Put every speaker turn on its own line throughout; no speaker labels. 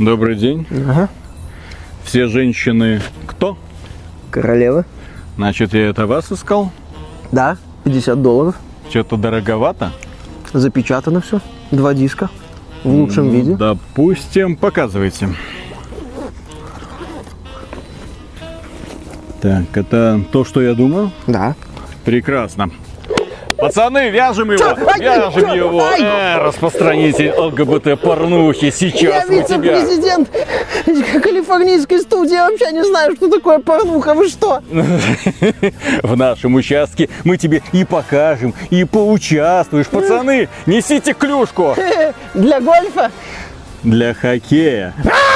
Добрый день.
Ага.
Все женщины кто?
Королева.
Значит, я это вас искал?
Да, $50.
Что-то дороговато?
Запечатано все. 2 диска. В лучшем виде.
Допустим, показывайте. Так, это то, что я думал?
Да.
Прекрасно. Пацаны, вяжем его! Вяжем его! Распространитель ЛГБТ-порнухи! Сейчас
Я
мы тебя...
вице-президент калифорнийской студии. Я вообще не знаю, что такое порнуха. Вы что?
В нашем участке мы тебе и покажем, и поучаствуешь. Пацаны, несите клюшку!
Для гольфа?
Для хоккея.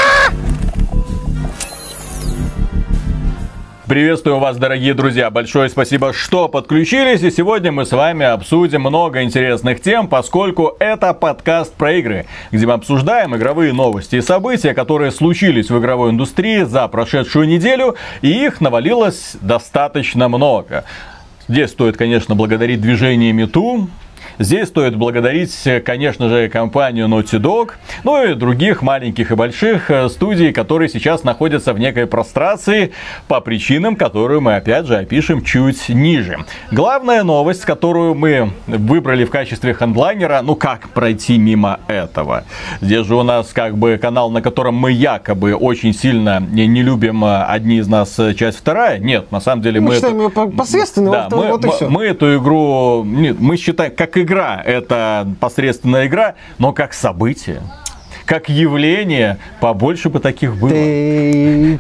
Приветствую вас, дорогие друзья. Большое спасибо, что подключились. И сегодня мы с вами обсудим много интересных тем, поскольку это подкаст про игры, где мы обсуждаем игровые новости и события, которые случились в игровой индустрии за прошедшую неделю. И их навалилось достаточно много. Здесь стоит, конечно, благодарить движение MeToo. Здесь стоит благодарить, конечно же, компанию Naughty Dog, ну и других маленьких и больших студий, которые сейчас находятся в некой прострации по причинам, которые мы опять же опишем чуть ниже. Главная новость, которую мы выбрали в качестве хедлайнера, ну как пройти мимо этого? Здесь же у нас как бы канал, на котором мы якобы очень сильно не любим одни из нас часть вторая. Нет, на самом деле мы
считаем ее посредственной,
да,
вот и все.
Мы эту игру, мы считаем, как игра, это посредственная игра, но как событие, как явление, побольше бы таких было.
Take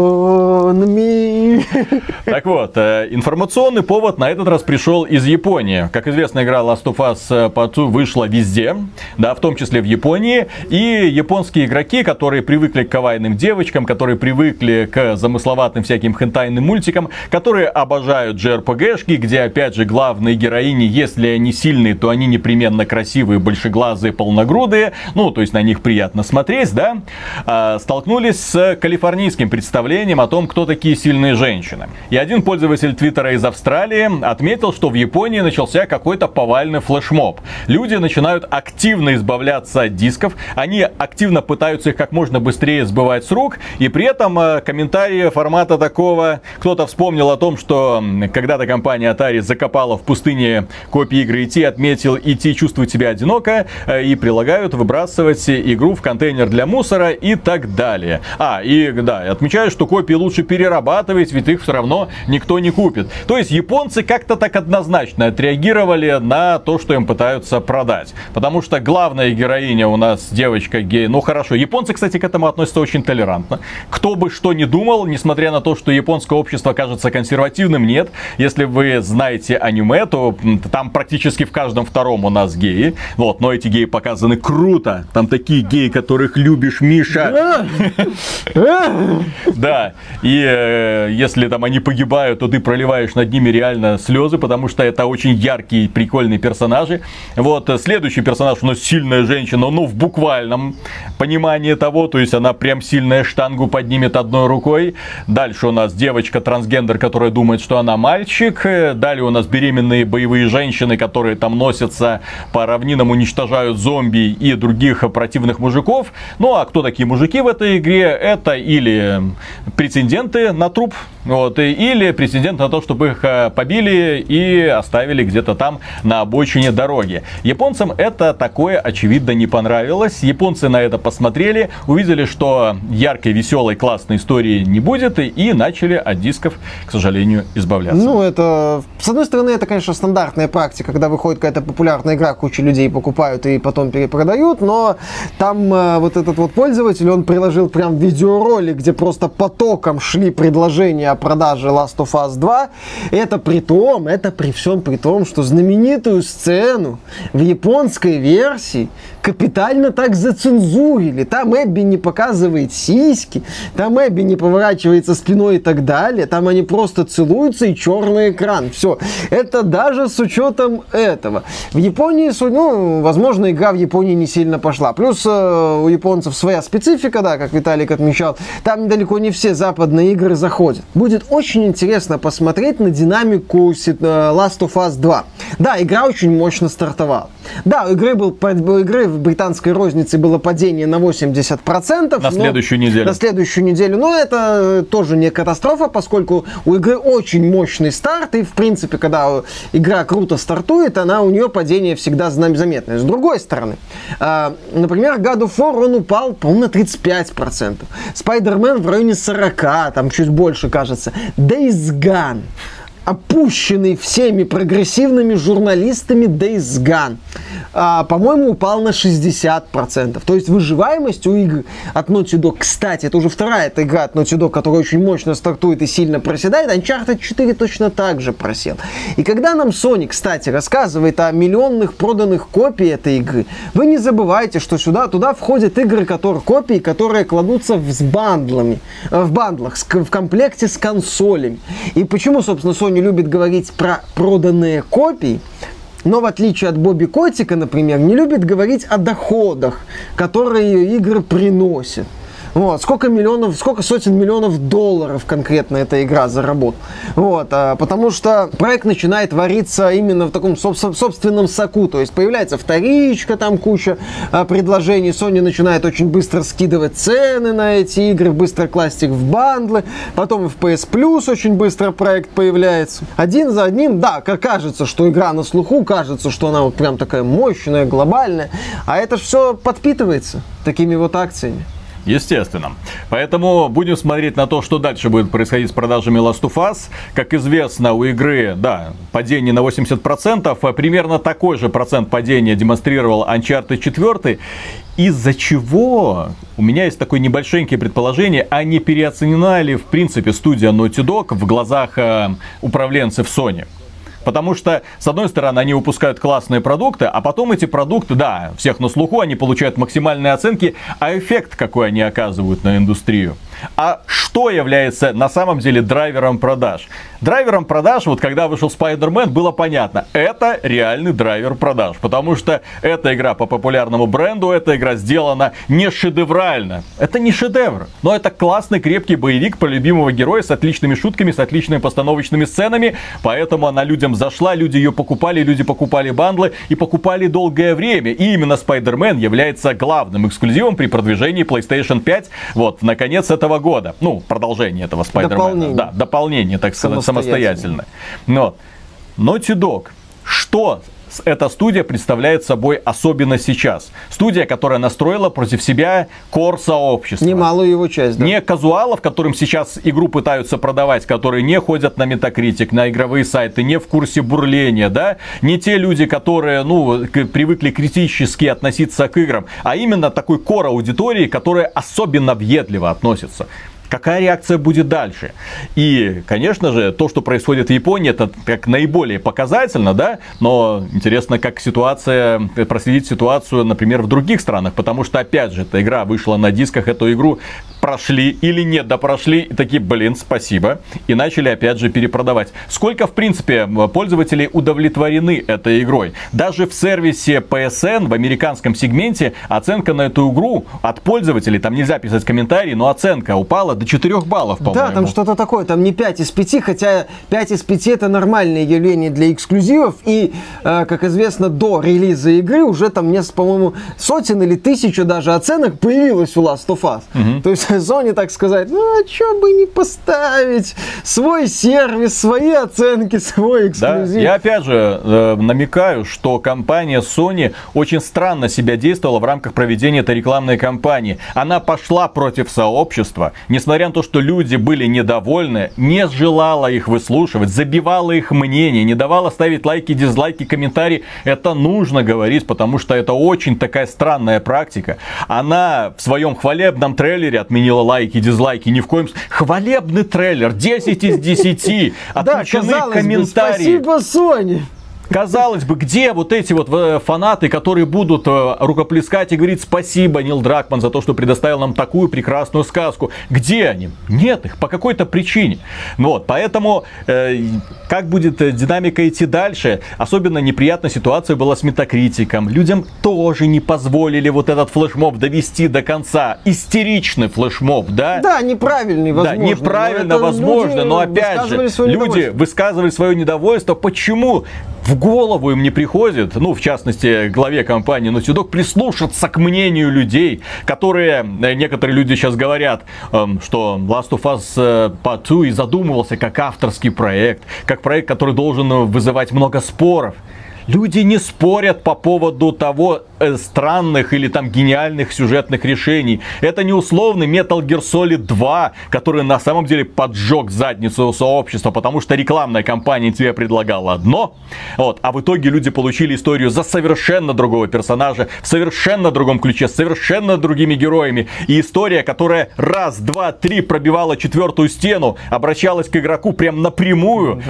on me.
Так вот, информационный повод на этот раз пришел из Японии. Как известно, игра Last of Us Part II вышла везде, да, в том числе в Японии. И японские игроки, которые привыкли к кавайным девочкам, которые привыкли к замысловатым всяким хентайным мультикам, которые обожают JRPG-шки, где, опять же, главные героини, если они сильные, то они непременно красивые, большеглазые, полногрудые. Ну, то есть на них приятно смотреть, да, столкнулись с калифорнийским представлением о том, кто такие сильные женщины. И один пользователь Твиттера из Австралии отметил, что в Японии начался какой-то повальный флешмоб. Люди начинают активно избавляться от дисков, они активно пытаются их как можно быстрее сбывать с рук, и при этом комментарии формата такого: кто-то вспомнил о том, что когда-то компания Atari закопала в пустыне копии игры E.T., отметил: E.T. чувствует себя одиноко, и прилагают выбрасывать игру в контейнер для мусора и так далее. И да, отмечаю, что копии лучше перерабатывать, ведь их все равно никто не купит. То есть японцы как-то так однозначно отреагировали на то, что им пытаются продать. Потому что главная героиня у нас девочка гей. Ну хорошо, японцы, кстати, к этому относятся очень толерантно. Кто бы что ни думал, несмотря на то, что японское общество кажется консервативным, нет. Если вы знаете аниме, то там практически в каждом втором у нас геи. Вот, но эти геи показаны круто. Там такие геи, которых любишь, Миша. Да, и если там они погибают, то ты проливаешь над ними реально слезы, потому что это очень яркие, прикольные персонажи. Вот, следующий персонаж у нас сильная женщина, ну, в буквальном понимании того, то есть она прям сильная, штангу поднимет одной рукой. Дальше у нас девочка-трансгендер, которая думает, что она мальчик. Далее у нас беременные боевые женщины, которые там носятся по равнинам, уничтожают зомби и других противных мужиков. Ну, а кто такие мужики в этой игре? Это или претенденты на труп, вот, или претенденты на то, чтобы их побили и оставили где-то там на обочине дороги. Японцам это такое, очевидно, не понравилось. Японцы на это посмотрели, увидели, что яркой, веселой, классной истории не будет, и начали от дисков, к сожалению, избавляться.
Ну, это, с одной стороны, это, конечно, стандартная практика, когда выходит какая-то популярная игра, куча людей покупают и потом перепродают, но там вот этот вот пользователь, он приложил прям видеоролик, где просто потоком шли предложения о продаже Last of Us 2. Это при всем при том, что знаменитую сцену в японской версии капитально так зацензурили. Там Эбби не показывает сиськи, там Эбби не поворачивается спиной и так далее. Там они просто целуются и черный экран. Все. Это даже с учетом этого. В Японии, ну, возможно, игра в Японии не сильно пошла. Плюс у японцев своя специфика, да, как Виталик отмечал. Там далеко не все западные игры заходят. Будет очень интересно посмотреть на динамику Last of Us 2. Да, игра очень мощно стартовала. Да, у игры в британской рознице было падение на 80%.
На следующую неделю.
На следующую неделю. Но это тоже не катастрофа, поскольку у игры очень мощный старт. И, в принципе, когда игра круто стартует, у нее падение всегда заметное. С другой стороны, например, God of War, он упал, по-моему, на 35%. Spider-Man в районе 40%, там чуть больше, кажется. Days Gone, опущенный всеми прогрессивными журналистами Days Gone, по-моему, упал на 60%. То есть выживаемость у игр от Naughty Dog, кстати, это уже вторая эта игра от Naughty Dog, которая очень мощно стартует и сильно проседает, Uncharted 4 точно так же просел. И когда нам Sony, кстати, рассказывает о миллионных проданных копий этой игры, вы не забывайте, что туда входят игры, копии, которые кладутся в бандлах, в комплекте с консолями. И почему, собственно, Sony любит говорить про проданные копии, но в отличие от Бобби Котика, например, не любит говорить о доходах, которые игры приносят. Вот, сколько сотен миллионов долларов конкретно эта игра заработала. Вот, потому что проект начинает вариться именно в таком собственном соку. То есть появляется вторичка, там куча предложений. Sony начинает очень быстро скидывать цены на эти игры, быстро класть их в бандлы. Потом и в PS Plus очень быстро проект появляется. Один за одним, да, кажется, что игра на слуху, кажется, что она вот прям такая мощная, глобальная. А это же все подпитывается такими вот акциями.
Естественно. Поэтому будем смотреть на то, что дальше будет происходить с продажами Last of Us. Как известно, у игры, да, падение на 80%. Примерно такой же процент падения демонстрировал Uncharted 4. Из-за чего, у меня есть такое небольшое предположение, а не переоценена ли в принципе студия Naughty Dog в глазах управленцев Sony? Потому что, с одной стороны, они выпускают классные продукты, а потом эти продукты, да, всех на слуху, они получают максимальные оценки, а эффект какой они оказывают на индустрию? А что является на самом деле драйвером продаж? Драйвером продаж, вот когда вышел Spider-Man, было понятно, это реальный драйвер продаж. Потому что эта игра по популярному бренду, эта игра сделана не шедеврально. Это не шедевр, но это классный, крепкий боевик про любимого героя с отличными шутками, с отличными постановочными сценами. Поэтому она людям зашла, люди ее покупали, люди покупали бандлы и покупали долгое время. И именно Spider-Man является главным эксклюзивом при продвижении PlayStation 5. Вот, наконец, этого года. Ну, продолжение этого Spider-Man. Да, дополнение, так сказать, самостоятельно. Но Naughty Dog, что эта студия представляет собой особенно сейчас? Студия, которая настроила против себя кор-сообщество.
Немалую его часть, да.
Не казуалов, которым сейчас игру пытаются продавать, которые не ходят на Metacritic, на игровые сайты, не в курсе бурления, да? Не те люди, которые, привыкли критически относиться к играм, а именно такой кор аудитории, которая особенно въедливо относится. Какая реакция будет дальше? И, конечно же, то, что происходит в Японии, это как наиболее показательно, да? Но интересно, как проследить ситуацию, например, в других странах. Потому что, опять же, эта игра вышла на дисках, эту игру прошли или не допрошли, и такие, спасибо. И начали, опять же, перепродавать. Сколько, в принципе, пользователей удовлетворены этой игрой? Даже в сервисе PSN, в американском сегменте, оценка на эту игру от пользователей, там нельзя писать комментарии, но оценка упала до 4 баллов, по-моему.
Да, там что-то такое, там не 5 из 5, хотя 5 из 5 это нормальное явление для эксклюзивов, и, как известно, до релиза игры уже там, по-моему, сотен или тысячу даже оценок появилось у Last of Us. Угу. То есть Sony, так сказать, а что бы не поставить свой сервис, свои оценки, свой эксклюзив.
Да? Я опять же намекаю, что компания Sony очень странно себя действовала в рамках проведения этой рекламной кампании. Она пошла против сообщества, несмотря на то, что люди были недовольны, не желала их выслушивать, забивала их мнение, не давала ставить лайки, дизлайки, комментарии. Это нужно говорить, потому что это очень такая странная практика. Она в своем хвалебном трейлере отменила лайки, дизлайки, ни в коем случае. Хвалебный трейлер, 10 из 10. Отключены комментарии.
Спасибо, Sony.
Казалось бы, где вот эти вот фанаты, которые будут рукоплескать и говорить спасибо, Нил Дракман, за то, что предоставил нам такую прекрасную сказку? Где они? Нет их, по какой-то причине. Вот, поэтому, как будет динамика идти дальше? Особенно неприятная ситуация была с Метакритиком. Людям тоже не позволили вот этот флешмоб довести до конца. Истеричный флешмоб, да?
Да, неправильный, возможно.
Да, неправильно, возможно, но опять же, люди высказывали свое недовольство. Почему? В голову им не приходит, ну, в частности, главе компании Naughty Dog, прислушаться к мнению людей, которые, некоторые люди сейчас говорят, что Last of Us Part 2 и задумывался как авторский проект, как проект, который должен вызывать много споров. Люди не спорят по поводу того странных или там гениальных сюжетных решений. Это не условный Metal Gear Solid 2, который на самом деле поджег задницу сообщества, потому что рекламная кампания тебе предлагала одно, вот, а в итоге люди получили историю за совершенно другого персонажа, в совершенно другом ключе, с совершенно другими героями. И история, которая раз, два, три пробивала четвертую стену, обращалась к игроку прям напрямую,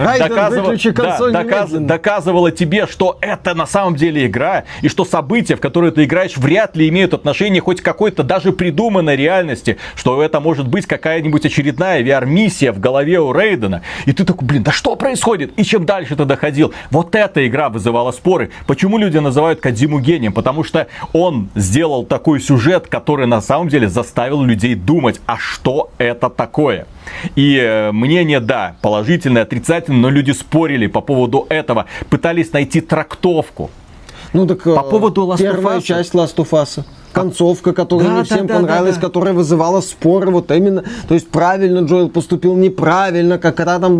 доказывала тебе, что это на самом деле игра, и что события, в которые ты играешь, вряд ли имеют отношение хоть к какой-то даже придуманной реальности, что это может быть какая-нибудь очередная VR-миссия в голове у Рейдена. И ты такой, блин, да что происходит? И чем дальше ты доходил? Вот эта игра вызывала споры. Почему люди называют Кодзиму гением? Потому что он сделал такой сюжет, который на самом деле заставил людей думать, а что это такое? И мнение, да, положительное, отрицательное, но люди спорили по поводу этого, пытались найти трактовку.
Ну так
по поводу Last of Us.
Первая часть Last of Us. Концовка, которая не всем понравилась, которая вызывала споры, вот именно. То есть правильно Джоэл поступил, неправильно, как там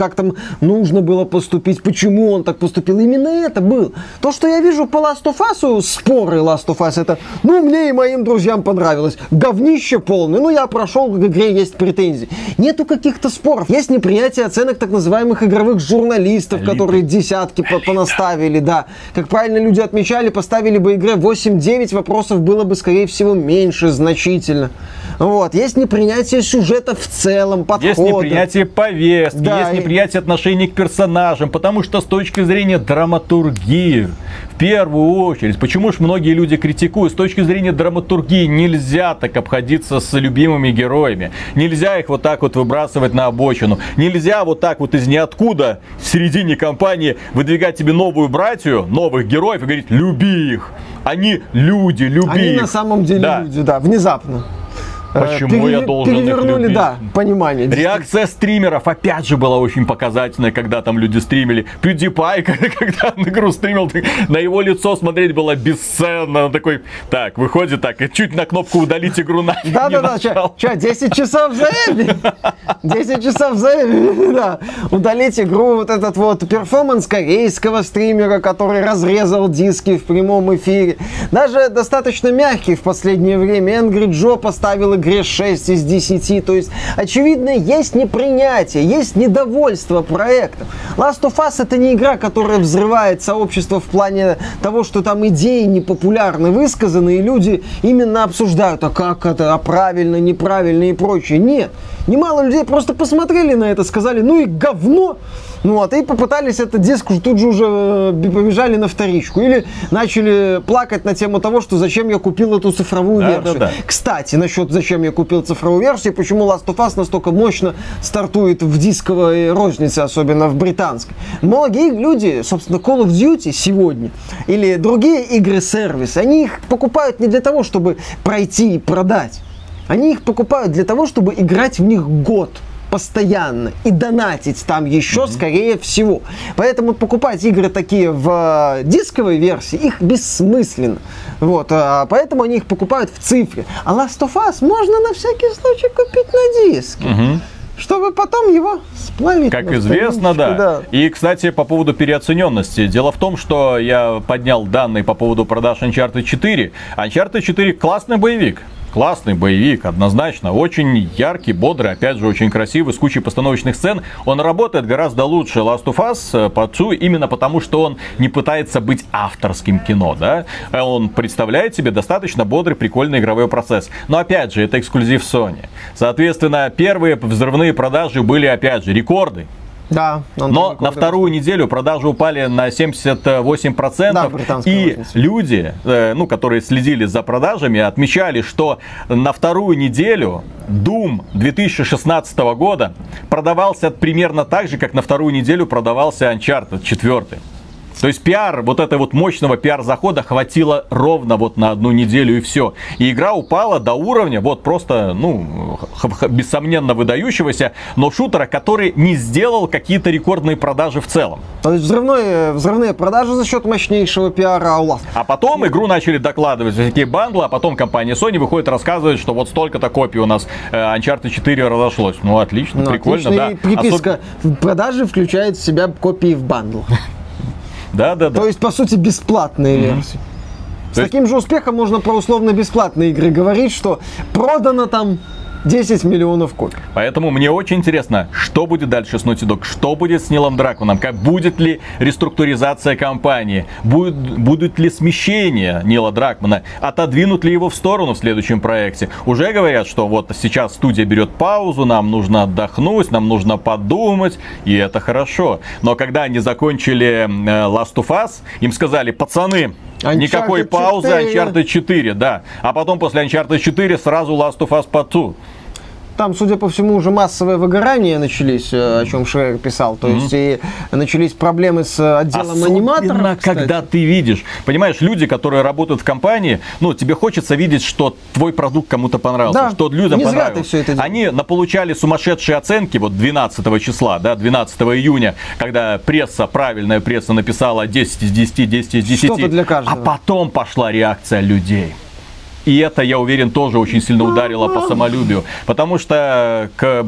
нужно было поступить, почему он так поступил. Именно это было. То, что я вижу по Last of Us, споры Last of Us, это, мне и моим друзьям понравилось. Говнище полное. Я прошел, к игре есть претензии. Нету каких-то споров. Есть неприятие оценок так называемых игровых журналистов, которые десятки понаставили, да. Как правильно люди отмечали, поставили бы игре 8-9, вопросов было бы, скорее всего, меньше значительно. Вот. Есть непринятие сюжета в целом, подхода.
Есть непринятие повестки, да, есть непринятие отношений к персонажам, потому что с точки зрения драматургии, в первую очередь, почему ж многие люди критикуют, с точки зрения драматургии нельзя так обходиться с любимыми героями. Нельзя их вот так вот выбрасывать на обочину. Нельзя вот так вот из ниоткуда в середине кампании выдвигать тебе новую братью, новых героев и говорить, люби их. Они люди, люби
Они
их.
На самом деле люди, да, внезапно.
Почему я должен их любить?
Да, понимание.
Реакция стримеров опять же была очень показательная, когда там люди стримили. PewDiePie, когда он игру стримил, на его лицо смотреть было бесценно. Он такой, так, выходит так, и чуть на кнопку удалить игру нафиг не нажал.
10 часов в заебе? 10 часов в заебе, да. Удалить игру, вот этот вот перформанс корейского стримера, который разрезал диски в прямом эфире. Даже достаточно мягкий в последнее время Angry Joe поставил игре 6 из 10. То есть, очевидно, есть непринятие, есть недовольство проектом. Last of Us — это не игра, которая взрывает сообщество в плане того, что там идеи непопулярны высказаны, и люди именно обсуждают, а как это, а правильно, неправильно и прочее. Нет. Немало людей просто посмотрели на это, сказали, и говно. И попытались этот диск тут же уже побежали на вторичку. Или начали плакать на тему того, что зачем я купил эту цифровую версию. Да. Кстати, насчет зачем я купил цифровую версию, почему Last of Us настолько мощно стартует в дисковой рознице, особенно в британской. Многие люди, собственно, Call of Duty сегодня или другие игры-сервисы, они их покупают не для того, чтобы пройти и продать. Они их покупают для того, чтобы играть в них год. Постоянно и донатить там еще, скорее всего. Поэтому покупать игры такие в дисковой версии, их бессмысленно. Поэтому они их покупают в цифре. А Last of Us можно на всякий случай купить на диске. Чтобы потом его сплавить.
Как известно, да. И, кстати, по поводу переоцененности. Дело в том, что я поднял данные по поводу продаж Uncharted 4. Uncharted 4 классный боевик. Классный боевик, однозначно. Очень яркий, бодрый, опять же, очень красивый, с кучей постановочных сцен. Он работает гораздо лучше Last of Us Part 2, именно потому, что он не пытается быть авторским кино, да. Он представляет себе достаточно бодрый, прикольный игровой процесс. Но, опять же, это эксклюзив Sony. Соответственно, первые взрывные продажи были, опять же, рекорды.
Да,
но на вторую неделю продажи упали на 78%. Да, и люди, которые следили за продажами, отмечали, что на вторую неделю Doom 2016 года продавался примерно так же, как на вторую неделю продавался Uncharted 4. То есть пиар, вот этого вот мощного пиар-захода хватило ровно вот на одну неделю и все. И игра упала до уровня вот просто, ну, бессомненно выдающегося, но шутера, который не сделал какие-то рекордные продажи в целом.
То есть взрывные продажи за счет мощнейшего пиара Outlast.
А потом игру начали докладывать всякие бандлы, а потом компания Sony выходит рассказывает, что вот столько-то копий у нас Uncharted 4 разошлось. Ну, отлично, прикольно,
отлично.
да.
И приписка, продажи включают в себя копии в бандлах.
Да.
То есть, по сути, бесплатные версии. С таким же успехом можно про условно-бесплатные игры говорить, что продано там 10 миллионов копий.
Поэтому мне очень интересно, что будет дальше с Naughty Dog, что будет с Нилом Дракманом, будет ли реструктуризация компании, будут ли смещения Нила Дракмана, отодвинут ли его в сторону в следующем проекте. Уже говорят, что вот сейчас студия берет паузу, нам нужно отдохнуть, нам нужно подумать, и это хорошо. Но когда они закончили Last of Us, им сказали: пацаны, никакой паузы, Uncharted 4, да. А потом после Uncharted 4 сразу Last of Us Part 2.
Там, судя по всему, уже массовые выгорания начались, о чем Шрек писал. То есть и начались проблемы с отделом аниматоров.
Особенно, когда ты видишь, понимаешь, люди, которые работают в компании, ну, тебе хочется видеть, что твой продукт кому-то понравился,
да,
что людям
не зря
понравился.
ты все это делаешь.
Они наполучали сумасшедшие оценки, вот 12 числа, да, 12 июня, когда пресса, правильная пресса написала 10 из 10, 10 из 10.
Что-то для каждого.
А потом пошла реакция людей. И это, я уверен, тоже очень сильно ударило по самолюбию. Потому что, к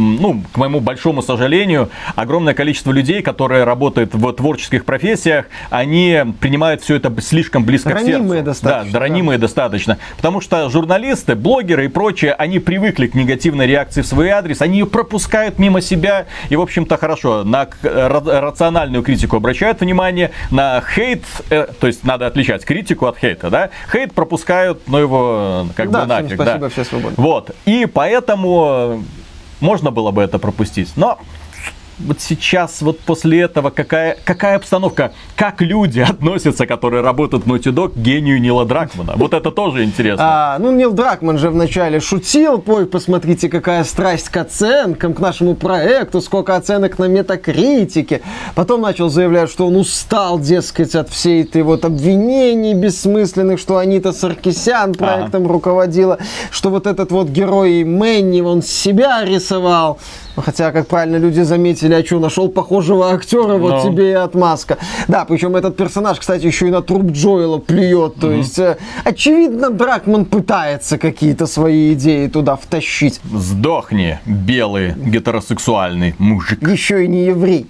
моему большому сожалению, огромное количество людей, которые работают в творческих профессиях, они принимают все это слишком близко к сердцу.
Ранимые достаточно.
Да, ранимые достаточно. Потому что журналисты, блогеры и прочие, они привыкли к негативной реакции в свой адрес, они ее пропускают мимо себя. И, в общем-то, хорошо, на рациональную критику обращают внимание, на хейт, то есть надо отличать критику от хейта, да? Хейт пропускают, но его как бы нафиг.
Спасибо,
да.
все свободны.
Вот. И поэтому можно было бы это пропустить. Но вот сейчас, вот после этого, какая обстановка, как люди относятся, которые работают в Naughty Dog, к гению Нила Дракмана? Вот это тоже интересно.
Нил Дракман же вначале шутил: ой, посмотрите, какая страсть к оценкам, к нашему проекту, сколько оценок на метакритике. Потом начал заявлять, что он устал, дескать, от всей этой вот обвинений бессмысленных, что Анита Саркисян проектом руководила, что вот этот вот герой Мэнни, он себя рисовал. Хотя, как правильно люди заметили, а что, нашел похожего актера, вот тебе и отмазка. Да, причем этот персонаж, кстати, еще и на труп Джоэла плюет. То есть, очевидно, Дракман пытается какие-то свои идеи туда втащить.
Сдохни, белый гетеросексуальный мужик.
Еще и не еврей.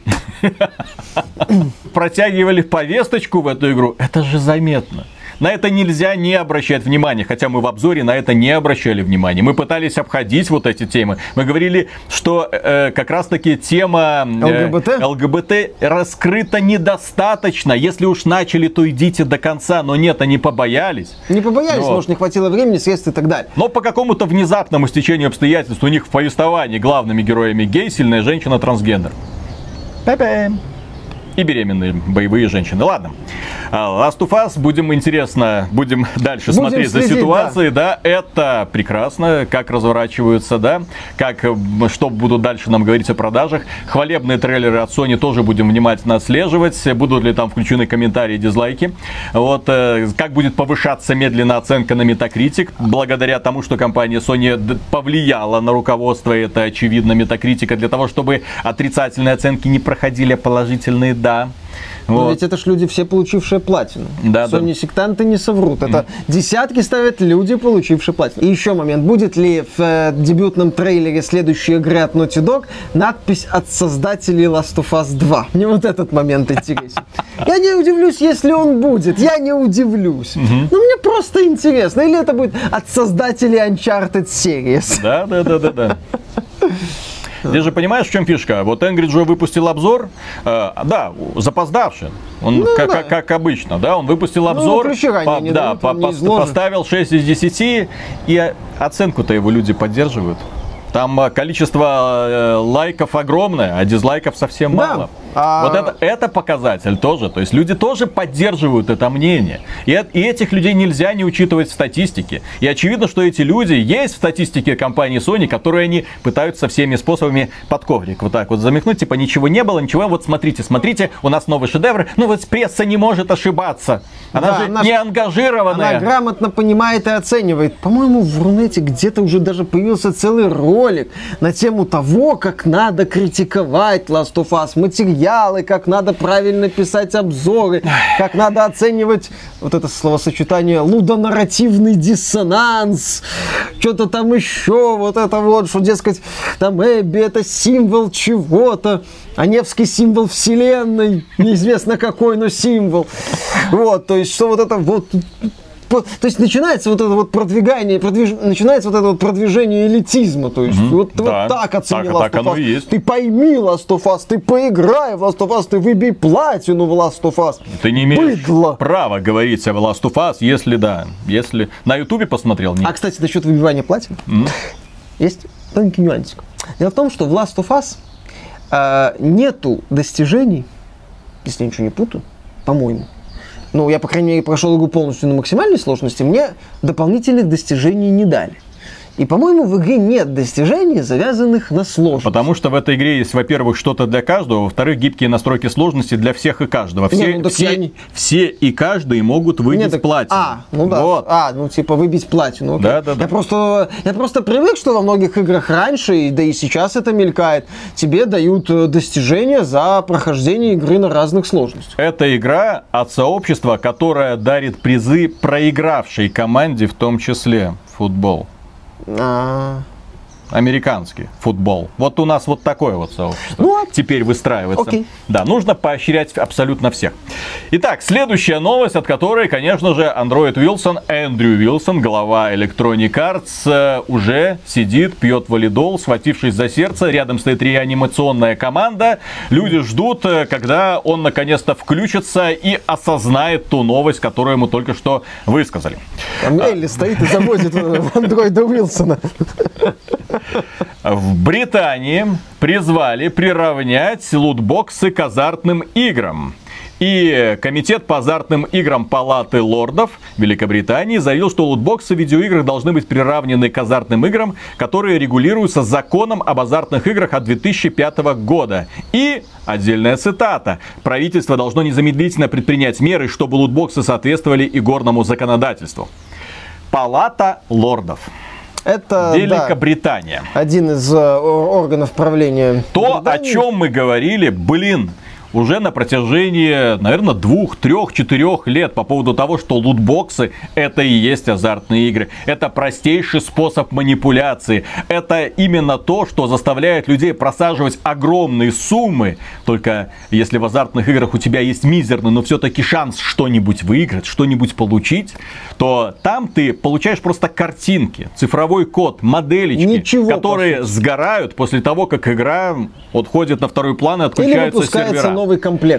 Протягивали повесточку в эту игру, это же заметно. На это нельзя не обращать внимания, хотя мы в обзоре на это не обращали внимания. Мы пытались обходить вот эти темы. Мы говорили, что как раз таки тема ЛГБТ раскрыта недостаточно. Если уж начали, то идите до конца. Но нет, они побоялись.
Не побоялись, может, не хватило времени, средств и так далее.
Но по какому-то внезапному стечению обстоятельств у них в повествовании главными героями гей, сильная женщина, трансгендер. Пэ-пэ. И беременные боевые женщины. Ладно. Last of Us. Будем дальше смотреть
следить,
за ситуацией. Да, это прекрасно, как разворачиваются, да, что будут дальше нам говорить о продажах. Хвалебные трейлеры от Sony тоже будем внимательно отслеживать. Будут ли там включены комментарии, дизлайки. Вот, как будет повышаться медленно оценка на Metacritic, благодаря тому, что компания Sony повлияла на руководство, это очевидно, Metacritic, для того, чтобы отрицательные оценки не проходили, а положительные, да.
Но
Вот.
ведь это ж люди все, получившие платину.
Да,
Sony-сектанты не соврут. Это десятки ставят люди, получившие платину. И еще момент. Будет ли в дебютном трейлере следующей игры от Naughty Dog надпись от создателей Last of Us 2? Мне вот этот момент интересен. Я не удивлюсь, если он будет. Я не удивлюсь. Но мне просто интересно. Или это будет от создателей Uncharted Series?
Да. Ты же понимаешь, в чем фишка? Вот Angry Joe выпустил обзор, да, запоздавший. Он, как обычно, да, он выпустил обзор, поставил 6 из 10, и оценку-то его люди поддерживают. Там количество лайков огромное, а дизлайков совсем мало. Вот это показатель тоже. То есть люди тоже поддерживают это мнение. И этих людей нельзя не учитывать в статистике. И очевидно, что эти люди есть в статистике компании Sony, которые они пытаются всеми способами под коврик вот так вот замекнуть. Типа ничего не было, ничего. Вот смотрите, у нас новый шедевр. Ну вот пресса не может ошибаться. Она не ангажированная.
Она грамотно понимает и оценивает. По-моему, в Рунете где-то уже даже появился целый ролик на тему того, как надо критиковать Last of Us, материалы, как надо правильно писать обзоры, как надо оценивать вот это словосочетание лудонарративный диссонанс, что-то там еще, вот это вот, что, дескать, там Эбби это символ чего-то, а Невский символ вселенной, неизвестно какой, но символ. Вот, то есть, что вот это вот... То есть начинается вот это вот продвигание, начинается вот это вот продвижение элитизма. То есть вот так оцени Last of Us. Ты пойми Last of Us, ты поиграй в Last of Us, ты выбей платину в Last of Us.
Ты не имеешь права говорить о Last of Us, если на Ютубе посмотрел. Нет.
А, кстати, насчет выбивания платин. Есть тонкий нюансик. Дело в том, что в Last of Us нету достижений, если я ничего не путаю, по-моему. Ну, я, по крайней мере, прошел игру полностью на максимальной сложности, мне дополнительных достижений не дали. И, по-моему, в игре нет достижений, завязанных на сложность.
Потому что в этой игре есть, во-первых, что-то для каждого, во-вторых, гибкие настройки сложности для всех и каждого. Все и каждый могут выбить платину.
Ну да. Вот. Ну типа выбить платину.
Да. Я
просто привык, что во многих играх раньше, да и сейчас это мелькает, тебе дают достижения за прохождение игры на разных сложностях.
Это игра от сообщества, которое дарит призы проигравшей команде, в том числе футбол. Американский футбол. Вот у нас вот такое вот сообщество теперь выстраивается.
Окей.
Да, нужно поощрять абсолютно всех. Итак, следующая новость, от которой, конечно же, Андроид Уилсон, Эндрю Уилсон, глава Electronic Arts, уже сидит, пьет валидол, схватившись за сердце. Рядом стоит реанимационная команда. Люди ждут, когда он наконец-то включится и осознает ту новость, которую ему только что высказали.
Там Элли стоит и заводит андроида Уилсона.
В Британии призвали приравнять лутбоксы к азартным играм. И Комитет по азартным играм Палаты лордов Великобритании заявил, что лутбоксы в видеоиграх должны быть приравнены к азартным играм, которые регулируются законом об азартных играх от 2005 года. И, отдельная цитата, правительство должно незамедлительно предпринять меры, чтобы лутбоксы соответствовали игорному законодательству. Палата лордов.
Это
Великобритания.
Один из органов правления.
То, о чем мы говорили, уже на протяжении, наверное, 2, 3, 4 лет по поводу того, что лутбоксы это и есть азартные игры. Это простейший способ манипуляции. Это именно то, что заставляет людей просаживать огромные суммы. Только если в азартных играх у тебя есть мизерный, но все-таки шанс что-нибудь выиграть, что-нибудь получить, то там ты получаешь просто картинки, цифровой код, моделечки, которые сгорают после того, как игра отходит на второй план и отключаются сервера.
Новый комплект.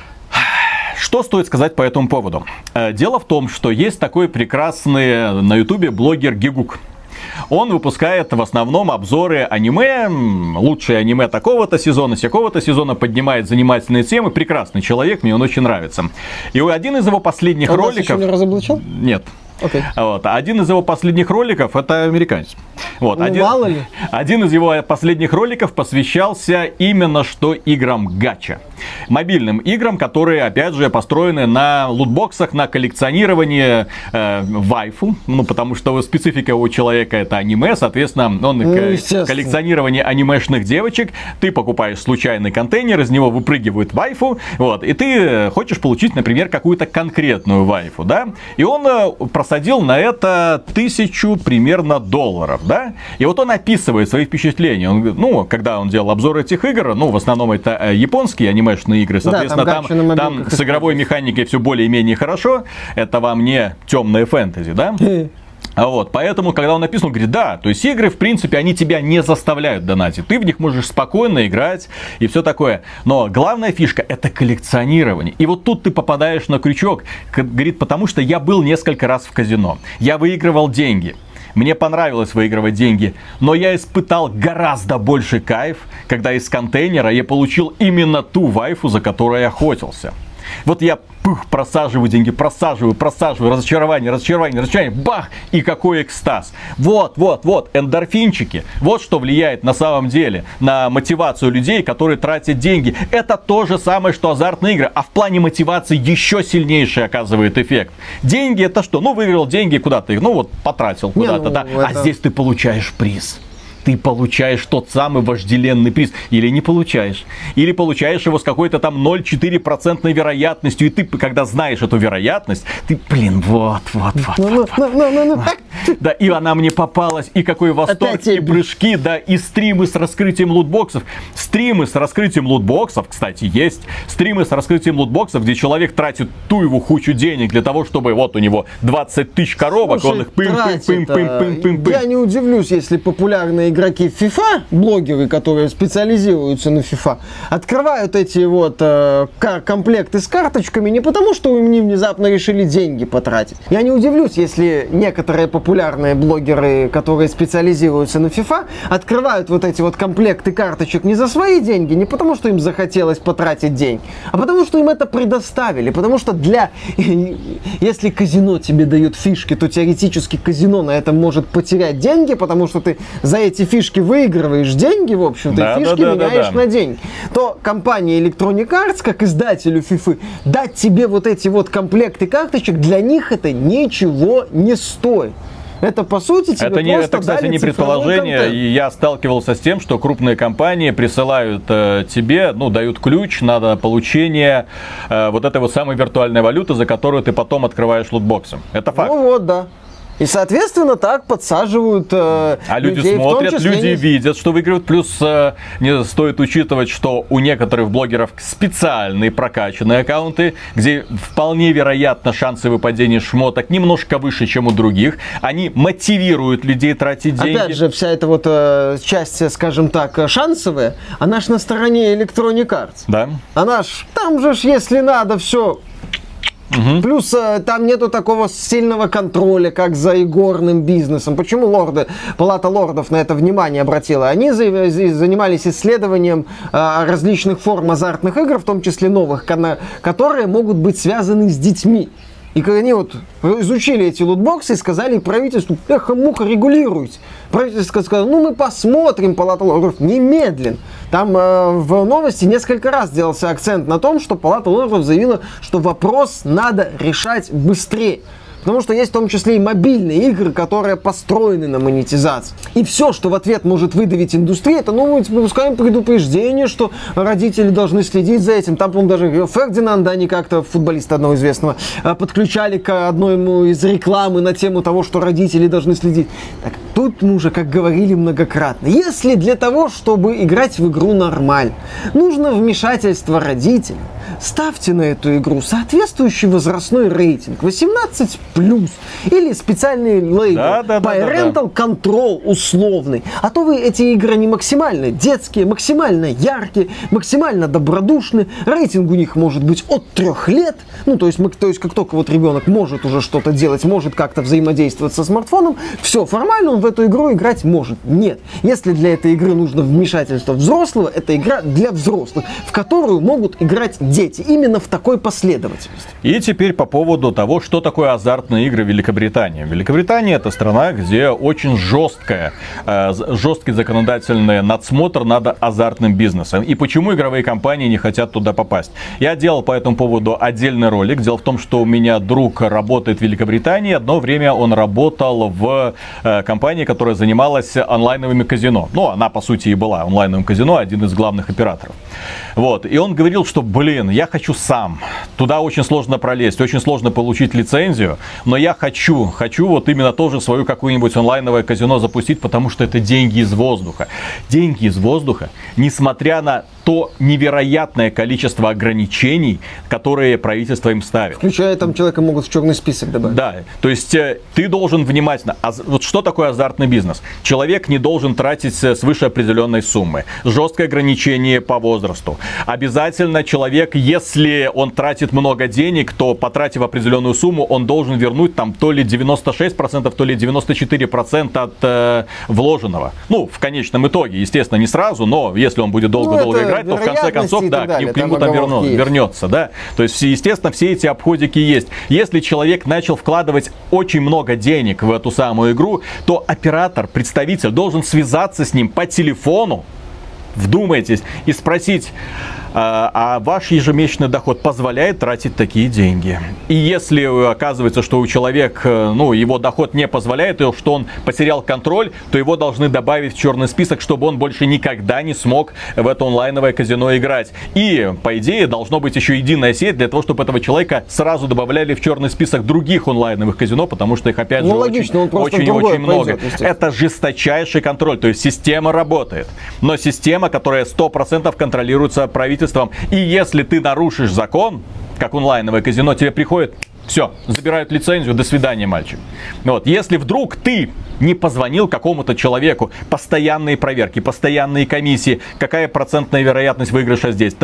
Что стоит сказать по этому поводу? Дело в том, что есть такой прекрасный на ютубе блогер Гигук. Он выпускает в основном обзоры аниме, лучшие аниме такого-то сезона, сякого-то сезона, поднимает занимательные темы. Прекрасный человек, мне он очень нравится. И один из его последних роликов...
Вас еще не разоблачал?
Нет.
Okay.
Вот. Один из его последних роликов это американец. Вот.
Мало ли.
Один из его последних роликов посвящался именно что играм гача. Мобильным играм, которые, опять же, построены на лутбоксах, на коллекционировании вайфу. Ну, потому что специфика у человека это аниме, соответственно, он коллекционирование анимешных девочек. Ты покупаешь случайный контейнер, из него выпрыгивает вайфу, вот, и ты хочешь получить, например, какую-то конкретную вайфу, да? И он просадил на это 1000 примерно долларов, да? И вот он описывает свои впечатления. Он, ну, когда он делал обзор этих игр, ну, в основном это японские анимешные игры, соответственно, да, там с игровой механикой все более-менее хорошо. Это вам не темное фэнтези, да? Вот, поэтому, когда он написал, он говорит, да, то есть игры, в принципе, они тебя не заставляют донатить. Ты в них можешь спокойно играть и все такое. Но главная фишка это коллекционирование. И вот тут ты попадаешь на крючок. Говорит, потому что я был несколько раз в казино. Я выигрывал деньги. Мне понравилось выигрывать деньги, но я испытал гораздо больше кайф, когда из контейнера я получил именно ту вайфу, за которой я охотился. Вот я просаживаю деньги, просаживаю, разочарование, бах, и какой экстаз. Вот, эндорфинчики. Вот что влияет на самом деле на мотивацию людей, которые тратят деньги. Это то же самое, что азартные игры, а в плане мотивации еще сильнейший оказывает эффект. Деньги это что? Ну, выиграл деньги, куда ты их, потратил куда-то, да? Это... А здесь ты получаешь приз. Ты получаешь тот самый вожделенный приз. Или не получаешь. Или получаешь его с какой-то там 0,4% вероятностью. И ты, когда знаешь эту вероятность, ты, вот. Да, и она мне попалась. И какой восторг, и прыжки, да, и стримы с раскрытием лутбоксов. Стримы с раскрытием лутбоксов, кстати, есть. Стримы с раскрытием лутбоксов, где человек тратит ту его кучу денег для того, чтобы вот у него 20 тысяч коробок, он их пым-пым-пым-пым-пым-пым.
Я не удивлюсь, если популярные игроки FIFA, блогеры, которые специализируются на FIFA, открывают эти вот комплекты с карточками не потому, что они внезапно решили деньги потратить. Я не удивлюсь, если некоторые популярные блогеры, которые специализируются на FIFA, открывают вот эти вот комплекты карточек не за свои деньги, не потому, что им захотелось потратить деньги, а потому, что им это предоставили. Потому что если казино тебе дает фишки, то теоретически казино на этом может потерять деньги, потому что ты за эти фишки выигрываешь деньги, в общем-то, и фишки меняешь на деньги. То компания Electronic Arts, как издателю FIFA, дать тебе вот эти вот комплекты карточек, для них это ничего не стоит. Это, по сути, тебе
это, кстати, не предположение.
Контент.
И я сталкивался с тем, что крупные компании присылают тебе, дают ключ на получение вот этой вот самой виртуальной валюты, за которую ты потом открываешь лутбоксы. Это факт.
Да. И, соответственно, так подсаживают
а люди
людей,
смотрят,
в том числе
люди видят, что выигрывают. Плюс не стоит учитывать, что у некоторых блогеров специальные прокачанные аккаунты, где вполне вероятно шансы выпадения шмоток немножко выше, чем у других. Они мотивируют людей тратить деньги.
Опять же, вся эта вот часть, скажем так, шансовая, она ж на стороне Electronic Arts.
Да.
Она ж, там же ж, если надо, все... Угу. Плюс там нету такого сильного контроля, как за игорным бизнесом. Почему Палата лордов на это внимание обратила? Они занимались исследованием различных форм азартных игр, в том числе новых, которые могут быть связаны с детьми. И когда они вот изучили эти лутбоксы и сказали правительству, муха, регулируйте. Правительство сказало, мы посмотрим, Палата лордов, немедленно. Там в новости несколько раз делался акцент на том, что Палата лордов заявила, что вопрос надо решать быстрее. Потому что есть в том числе и мобильные игры, которые построены на монетизации. И все, что в ответ может выдавить индустрия, это, мы выпускаем предупреждение, что родители должны следить за этим. Там, по-моему, даже Фердинанда, они как-то, футболиста одного известного, подключали к одной из рекламы на тему того, что родители должны следить. Так, тут мы уже, как говорили многократно, если для того, чтобы играть в игру нормально, нужно вмешательство родителей, ставьте на эту игру соответствующий возрастной рейтинг 18+, или специальный лейбл Parental Control условный. А то вы эти игры не максимально детские, максимально яркие, максимально добродушные. Рейтинг у них может быть от 3 лет. То есть как только вот ребенок может уже что-то делать, может как-то взаимодействовать со смартфоном, все, формально он в эту игру играть может. Нет. Если для этой игры нужно вмешательство взрослого, это игра для взрослых, в которую могут играть дети. Именно в такой последовательности.
И теперь по поводу того, что такое азартные игры в Великобритании. Великобритания — это страна, где очень жесткий законодательный надсмотр над азартным бизнесом. И почему игровые компании не хотят туда попасть? Я делал по этому поводу отдельный ролик. Дело в том, что у меня друг работает в Великобритании. Одно время он работал в компании, которая занималась онлайновыми казино. Она, по сути, и была онлайновым казино, один из главных операторов. И он говорил, что, я хочу сам. Туда очень сложно пролезть, очень сложно получить лицензию. Но я хочу вот именно тоже свою какую-нибудь онлайновое казино запустить, потому что это деньги из воздуха. Деньги из воздуха, несмотря на то невероятное количество ограничений, которые правительство им ставит.
Включая, там человека могут в черный список добавить.
Да, то есть ты должен внимательно... Вот что такое азартный азартный бизнес. Человек не должен тратить свыше определенной суммы. Жесткое ограничение по возрасту. Обязательно человек, если он тратит много денег, то, потратив определенную сумму, он должен вернуть там то ли 96%, то ли 94% от вложенного. Ну, в конечном итоге, естественно, не сразу, но если он будет долго-долго играть, то в конце концов, да, к нему там вернется, да. То есть, естественно, все эти обходики есть. Если человек начал вкладывать очень много денег в эту самую игру, то оператор, представитель должен связаться с ним по телефону, вдумайтесь, и спросить: а ваш ежемесячный доход позволяет тратить такие деньги? И если оказывается, что у человека, его доход не позволяет, и что он потерял контроль, то его должны добавить в черный список, чтобы он больше никогда не смог в это онлайновое казино играть. И, по идее, должно быть еще единая сеть для того, чтобы этого человека сразу добавляли в черный список других онлайновых казино, потому что их, опять же, очень много. Это жесточайший контроль, то есть система работает. Но система, которая 100% контролируется правительством. И если ты нарушишь закон, как онлайновое казино, тебе приходит: все, забирают лицензию, до свидания, мальчик. Вот. Если вдруг ты не позвонил какому-то человеку, постоянные проверки, постоянные комиссии, какая процентная вероятность выигрыша здесь,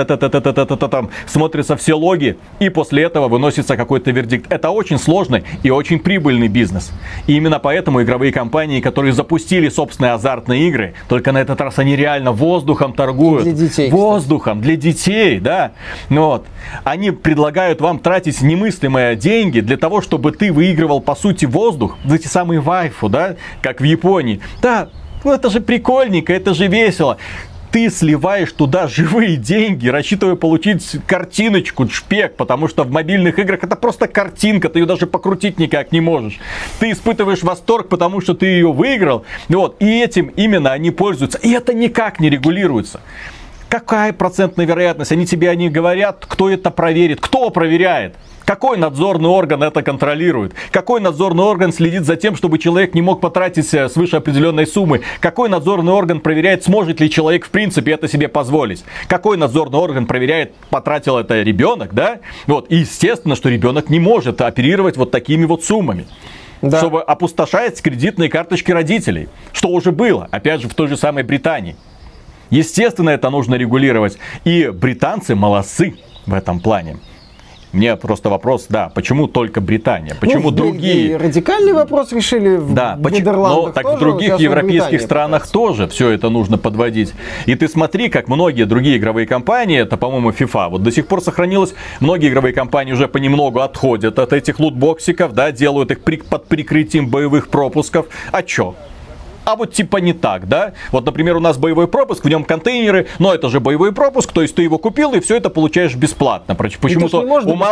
там смотрятся все логи, и после этого выносится какой-то вердикт. Это очень сложный и очень прибыльный бизнес. И именно поэтому игровые компании, которые запустили собственные азартные игры, только на этот раз они реально воздухом торгуют.
Для детей,
воздухом, для детей, да. Вот. Они предлагают вам тратить немыслимые деньги для того, чтобы ты выигрывал, по сути, воздух, эти самые вайфу, да, как в Японии. Да, это же прикольненько, это же весело. Ты сливаешь туда живые деньги, рассчитывая получить картиночку, шпек, потому что в мобильных играх это просто картинка, ты ее даже покрутить никак не можешь. Ты испытываешь восторг, потому что ты ее выиграл, вот, и этим именно они пользуются. И это никак не регулируется. Какая процентная вероятность? Они тебе не говорят, кто это проверит, кто проверяет. Какой надзорный орган это контролирует? Какой надзорный орган следит за тем, чтобы человек не мог потратить свыше определенной суммы? Какой надзорный орган проверяет, сможет ли человек в принципе это себе позволить? Какой надзорный орган проверяет, потратил это ребенок, да? Вот. И естественно, что ребенок не может оперировать вот такими вот суммами. Да. Чтобы опустошать кредитные карточки родителей. Что уже было, опять же, в той же самой Британии. Естественно, это нужно регулировать. И британцы молодцы в этом плане. Мне просто вопрос, да, почему только Британия? Почему другие...
Радикальный вопрос решили в Нидерландах.
Но так в других европейских странах тоже все это нужно подводить. И ты смотри, как многие другие игровые компании, это, по-моему, FIFA, вот до сих пор сохранилось. Многие игровые компании уже понемногу отходят от этих лутбоксиков, да, делают их под прикрытием боевых пропусков. А чё? А вот типа не так, да? Вот, например, у нас боевой пропуск, в нем контейнеры, но это же боевой пропуск, то есть ты его купил и все это получаешь бесплатно. Почему-то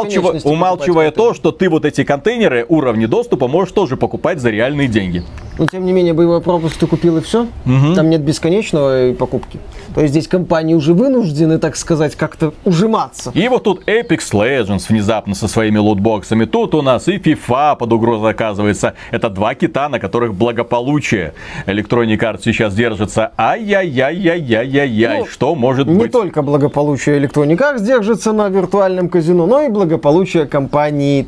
умалчивая то, что ты вот эти контейнеры, уровни доступа можешь тоже покупать за реальные деньги.
Но тем не менее, боевой пропуск ты купил и все. Там нет бесконечного покупки. То есть здесь компании уже вынуждены, так сказать, как-то ужиматься.
И вот тут Apex Legends внезапно со своими лутбоксами. Тут у нас и FIFA под угрозой оказывается. Это два кита, на которых благополучие Electronic Arts сейчас держится. Ай-яй-яй-яй-яй-яй-яй. Что может быть?
Не только благополучие Electronic Arts держится на виртуальном казино, но и благополучие компании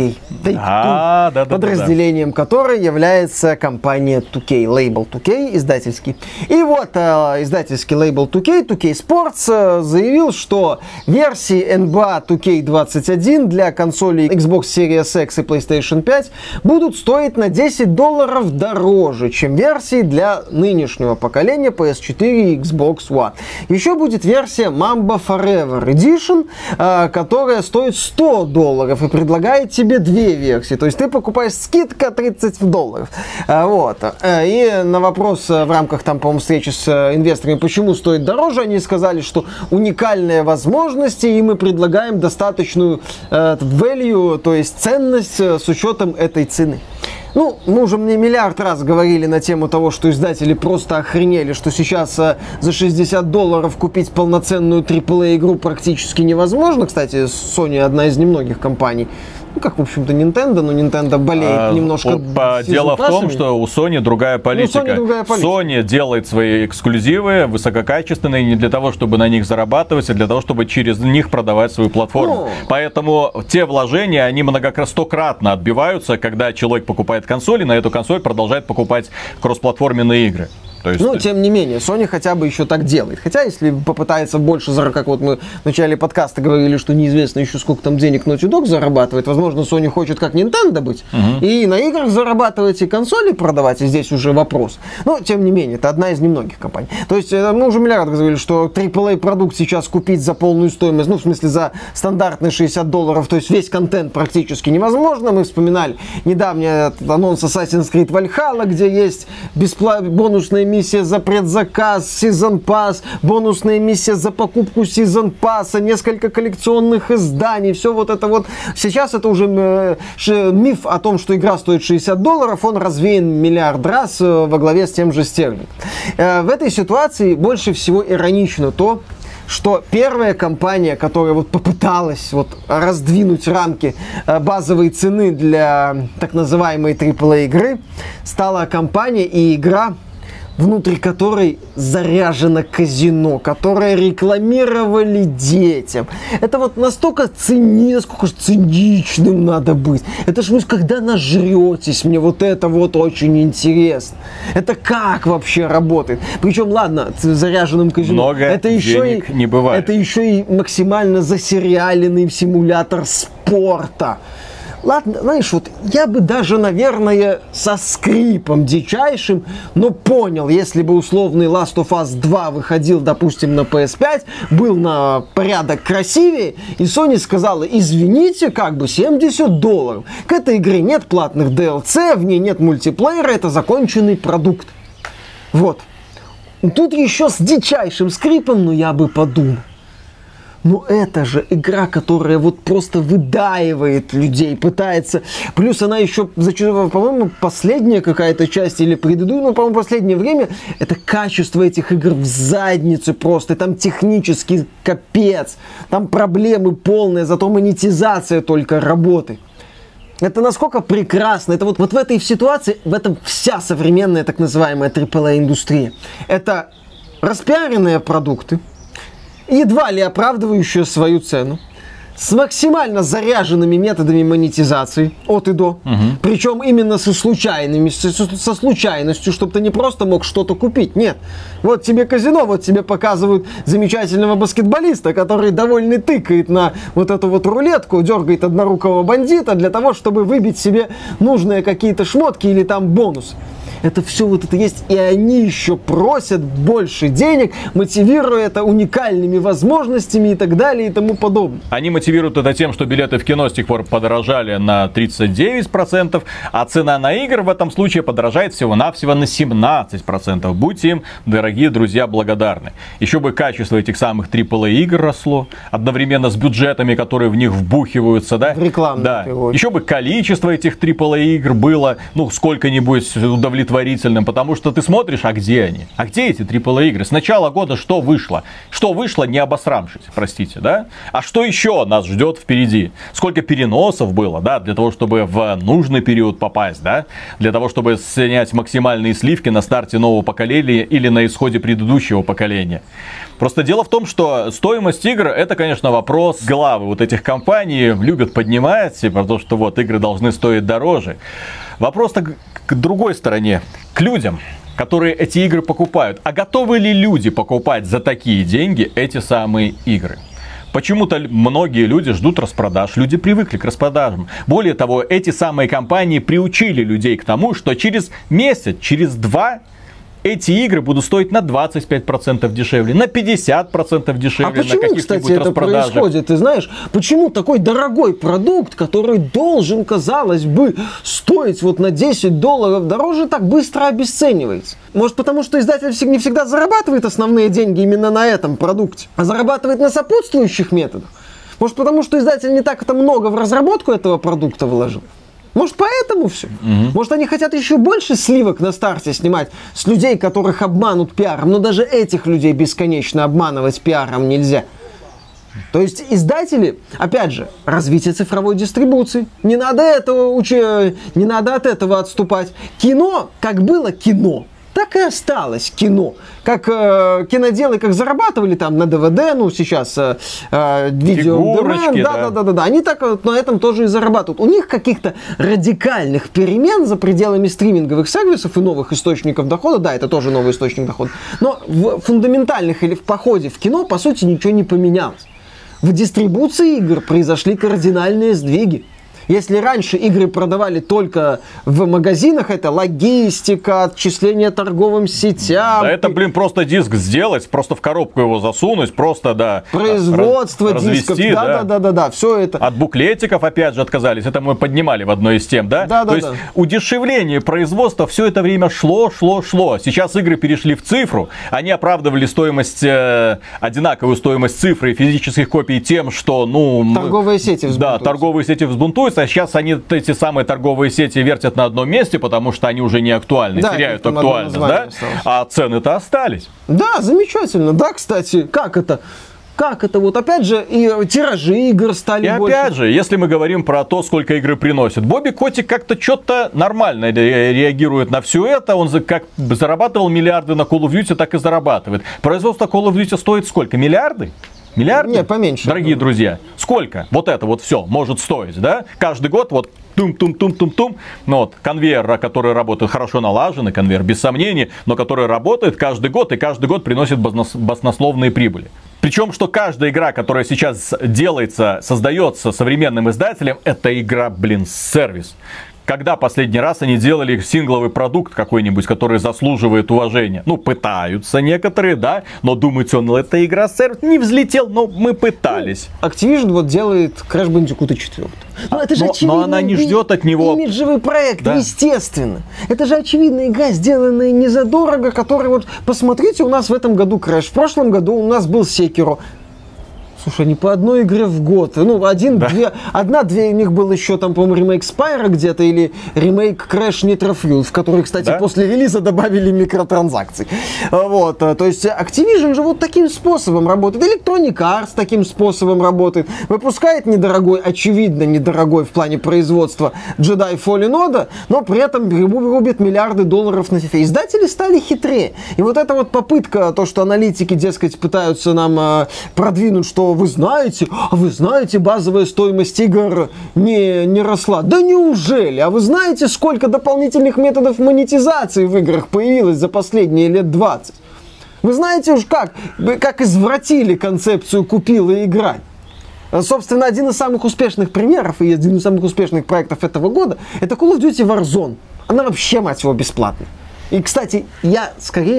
2K. Подразделением которой является компания 2K, лейбл 2K, издательский. И вот издательский лейбл 2K, 2K Sports, заявил, что версии NBA 2K21 для консолей Xbox Series X и PlayStation 5 будут стоить на $10 дороже, чем версии для нынешнего поколения PS4 и Xbox One. Еще будет версия Mamba Forever Edition, которая стоит $100 и предлагает тебе две версии. То есть ты покупаешь скидка $30. Вот. И на вопрос в рамках, там, по-моему, встречи с инвесторами, почему стоит дороже, они сказали, что уникальные возможности, и мы предлагаем достаточную value, то есть ценность с учетом этой цены. Ну, мы уже мне миллиард раз говорили на тему того, что издатели просто охренели, что сейчас за $60 купить полноценную AAA игру практически невозможно. Кстати, Sony одна из немногих компаний, Ну, как, в общем-то, Nintendo, но Nintendo болеет немножко.
Дело в том, что у Sony другая политика. Sony делает свои эксклюзивы высококачественные не для того, чтобы на них зарабатывать, а для того, чтобы через них продавать свою платформу. Поэтому те вложения, они стократно отбиваются, когда человек покупает консоль, и на эту консоль продолжает покупать кроссплатформенные игры. То есть...
Ну, тем не менее, Sony хотя бы еще так делает. Хотя, если попытается больше, как вот мы в начале подкаста говорили, что неизвестно еще сколько там денег Naughty Dog зарабатывает, возможно, Sony хочет как Nintendo быть, и на играх зарабатывать, и консоли продавать, и здесь уже вопрос. Но, тем не менее, это одна из немногих компаний. То есть, мы уже миллиард раз говорили, что AAA-продукт сейчас купить за полную стоимость, ну, в смысле, за стандартные $60, то есть весь контент практически невозможно. Мы вспоминали недавний анонс Assassin's Creed Valhalla, где есть бонусные миссия за предзаказ, Season Pass, бонусная миссия за покупку Season Pass, несколько коллекционных изданий, все вот это вот. Сейчас это уже миф о том, что игра стоит $60, он развеян миллиард раз во главе с тем же Стерлингом. В этой ситуации больше всего иронично то, что первая компания, которая вот попыталась вот раздвинуть рамки базовой цены для так называемой AAA игры, стала компания и игра, внутри которой заряжено казино, которое рекламировали детям. Это вот настолько насколько же циничным надо быть. Это ж вы когда нажретесь, мне вот это вот очень интересно. Это как вообще работает? Причем, ладно, заряженным казино.
Много это еще не бывает.
Это еще и максимально засериаленный симулятор спорта. Ладно, знаешь, вот я бы даже, наверное, со скрипом дичайшим, но понял, если бы условный Last of Us 2 выходил, допустим, на PS5, был на порядок красивее, и Sony сказала, извините, как бы $70. К этой игре нет платных DLC, в ней нет мультиплеера, это законченный продукт. Вот. Тут еще с дичайшим скрипом, но я бы подумал. Но это же игра, которая вот просто выдаивает людей, пытается... Плюс она еще, по-моему, последняя какая-то часть или предыдущая, но, по-моему, последнее время, это качество этих игр в задницу просто. Там технический капец, там проблемы полные, зато монетизация только работает. Это насколько прекрасно. Это вот в этой ситуации, в этом вся современная так называемая AAA-индустрия. Это распиаренные продукты, едва ли оправдывающая свою цену, с максимально заряженными методами монетизации от и до, причем именно со случайностью, чтобы ты не просто мог что-то купить, нет. Вот тебе казино, вот тебе показывают замечательного баскетболиста, который довольно тыкает на вот эту вот рулетку, дергает однорукого бандита для того, чтобы выбить себе нужные какие-то шмотки или там бонус. Это все вот это есть, и они еще просят больше денег, мотивируя это уникальными возможностями и так далее и тому подобное.
Они мотивируют это тем, что билеты в кино с тех пор подорожали на 39%, а цена на игры в этом случае подорожает всего-навсего на 17%. Будьте им, дорогие друзья, благодарны. Еще бы качество этих самых AAA игр росло, одновременно с бюджетами, которые в них вбухиваются, да?
В рекламу.
Да. Еще бы количество этих AAA игр было, ну, сколько-нибудь удовлетворительным, потому что ты смотришь, а где они? А где эти AAA игры? С начала года что вышло? Что вышло, не обосрамшись, простите, да? А что еще нас ждет впереди? Сколько переносов было, да, для того, чтобы в нужный период попасть, да? Для того, чтобы снять максимальные сливки на старте нового поколения или на исходе предыдущего поколения. Просто дело в том, что стоимость игр, это, конечно, вопрос главы вот этих компаний любят поднимать, потому что вот игры должны стоить дороже. Вопрос-то к другой стороне, к людям, которые эти игры покупают. А готовы ли люди покупать за такие деньги эти самые игры? Почему-то многие люди ждут распродаж, люди привыкли к распродажам. Более того, эти самые компании приучили людей к тому, что через месяц, через два эти игры будут стоить на 25% дешевле, на 50% дешевле.
А почему, кстати, это происходит? Ты знаешь, почему такой дорогой продукт, который должен, казалось бы, стоить вот на $10 дороже, так быстро обесценивается? Может, потому что издатель не всегда зарабатывает основные деньги именно на этом продукте, а зарабатывает на сопутствующих методах? Может, потому что издатель не так-то много в разработку этого продукта вложил? Может, поэтому все? Может, они хотят еще больше сливок на старте снимать с людей, которых обманут пиаром. Но даже этих людей бесконечно обманывать пиаром нельзя. То есть издатели, опять же, развитие цифровой дистрибуции. Не надо от этого отступать. Кино, как было кино, так и осталось кино. Как киноделы как зарабатывали там на ДВД, ну сейчас видео, да. Они так вот на этом тоже и зарабатывают. У них каких-то радикальных перемен за пределами стриминговых сервисов и новых источников дохода, да, это тоже новый источник дохода, но в фундаментальных или в походе в кино, по сути, ничего не поменялось. В дистрибуции игр произошли кардинальные сдвиги. Если раньше игры продавали только в магазинах, это логистика, отчисление торговым сетям.
Да это, просто диск сделать, просто в коробку его засунуть, просто, да.
Производство дисков, да, все это.
От буклетиков, опять же, отказались. Это мы поднимали в одной из тем, да? То есть удешевление производства все это время шло. Сейчас игры перешли в цифру. Они оправдывали одинаковую стоимость цифры и физических копий тем, что,
торговые сети взбунтуются.
Да, торговые сети взбунтуются. А сейчас они эти самые торговые сети вертят на одном месте, потому что они уже не актуальны, теряют актуальность, да? А цены-то остались.
Да, замечательно. Да, кстати, как это? Вот опять же, и тиражи игр стали больше.
И опять же, если мы говорим про то, сколько игры приносят, Бобби Котик как-то что-то нормально реагирует на все это. Он как зарабатывал миллиарды на Call of Duty, так и зарабатывает. Производство Call of Duty стоит сколько? Миллиарды? Миллиарды?
Нет, поменьше.
Дорогие друзья, сколько вот это вот все может стоить, да? Каждый год вот тум-тум-тум-тум-тум. Конвейер, который работает, хорошо налаженный конвейер, без сомнений, но который работает каждый год и каждый год приносит баснословные прибыли. Причем, что каждая игра, которая сейчас делается, создается современным издателем, это игра, сервис. Когда последний раз они делали сингловый продукт какой-нибудь, который заслуживает уважения? Пытаются некоторые, да, но думать эта игра сервис не взлетел, но мы пытались.
Activision делает Crash Bandicoot 4. Это же
но она не ждет от него...
Имиджевый проект, да. Естественно. Это же очевидная игра, сделанная не задорого, которая посмотрите, у нас в этом году Crash, в прошлом году у нас был Sekiro. Слушай, не по одной игре в год. Одна-две у них был еще там, по-моему, ремейк Spyro где-то или ремейк Crash Nitro Fuel, в который, кстати, после релиза добавили микротранзакций. То есть Activision же таким способом работает. Electronic Arts таким способом работает. Выпускает очевидно недорогой в плане производства Jedi Fallen Order, но при этом рубит миллиарды долларов на FIFA. Издатели стали хитрее. И эта попытка, то, что аналитики, дескать, пытаются нам продвинуть, что вы знаете, базовая стоимость игр не росла. Да неужели? А вы знаете, сколько дополнительных методов монетизации в играх появилось за последние лет 20? Вы знаете уж как извратили концепцию «купил и играй». Собственно, один из самых успешных примеров и один из самых успешных проектов этого года — это Call of Duty Warzone. Она вообще, мать его, бесплатная. И, кстати, я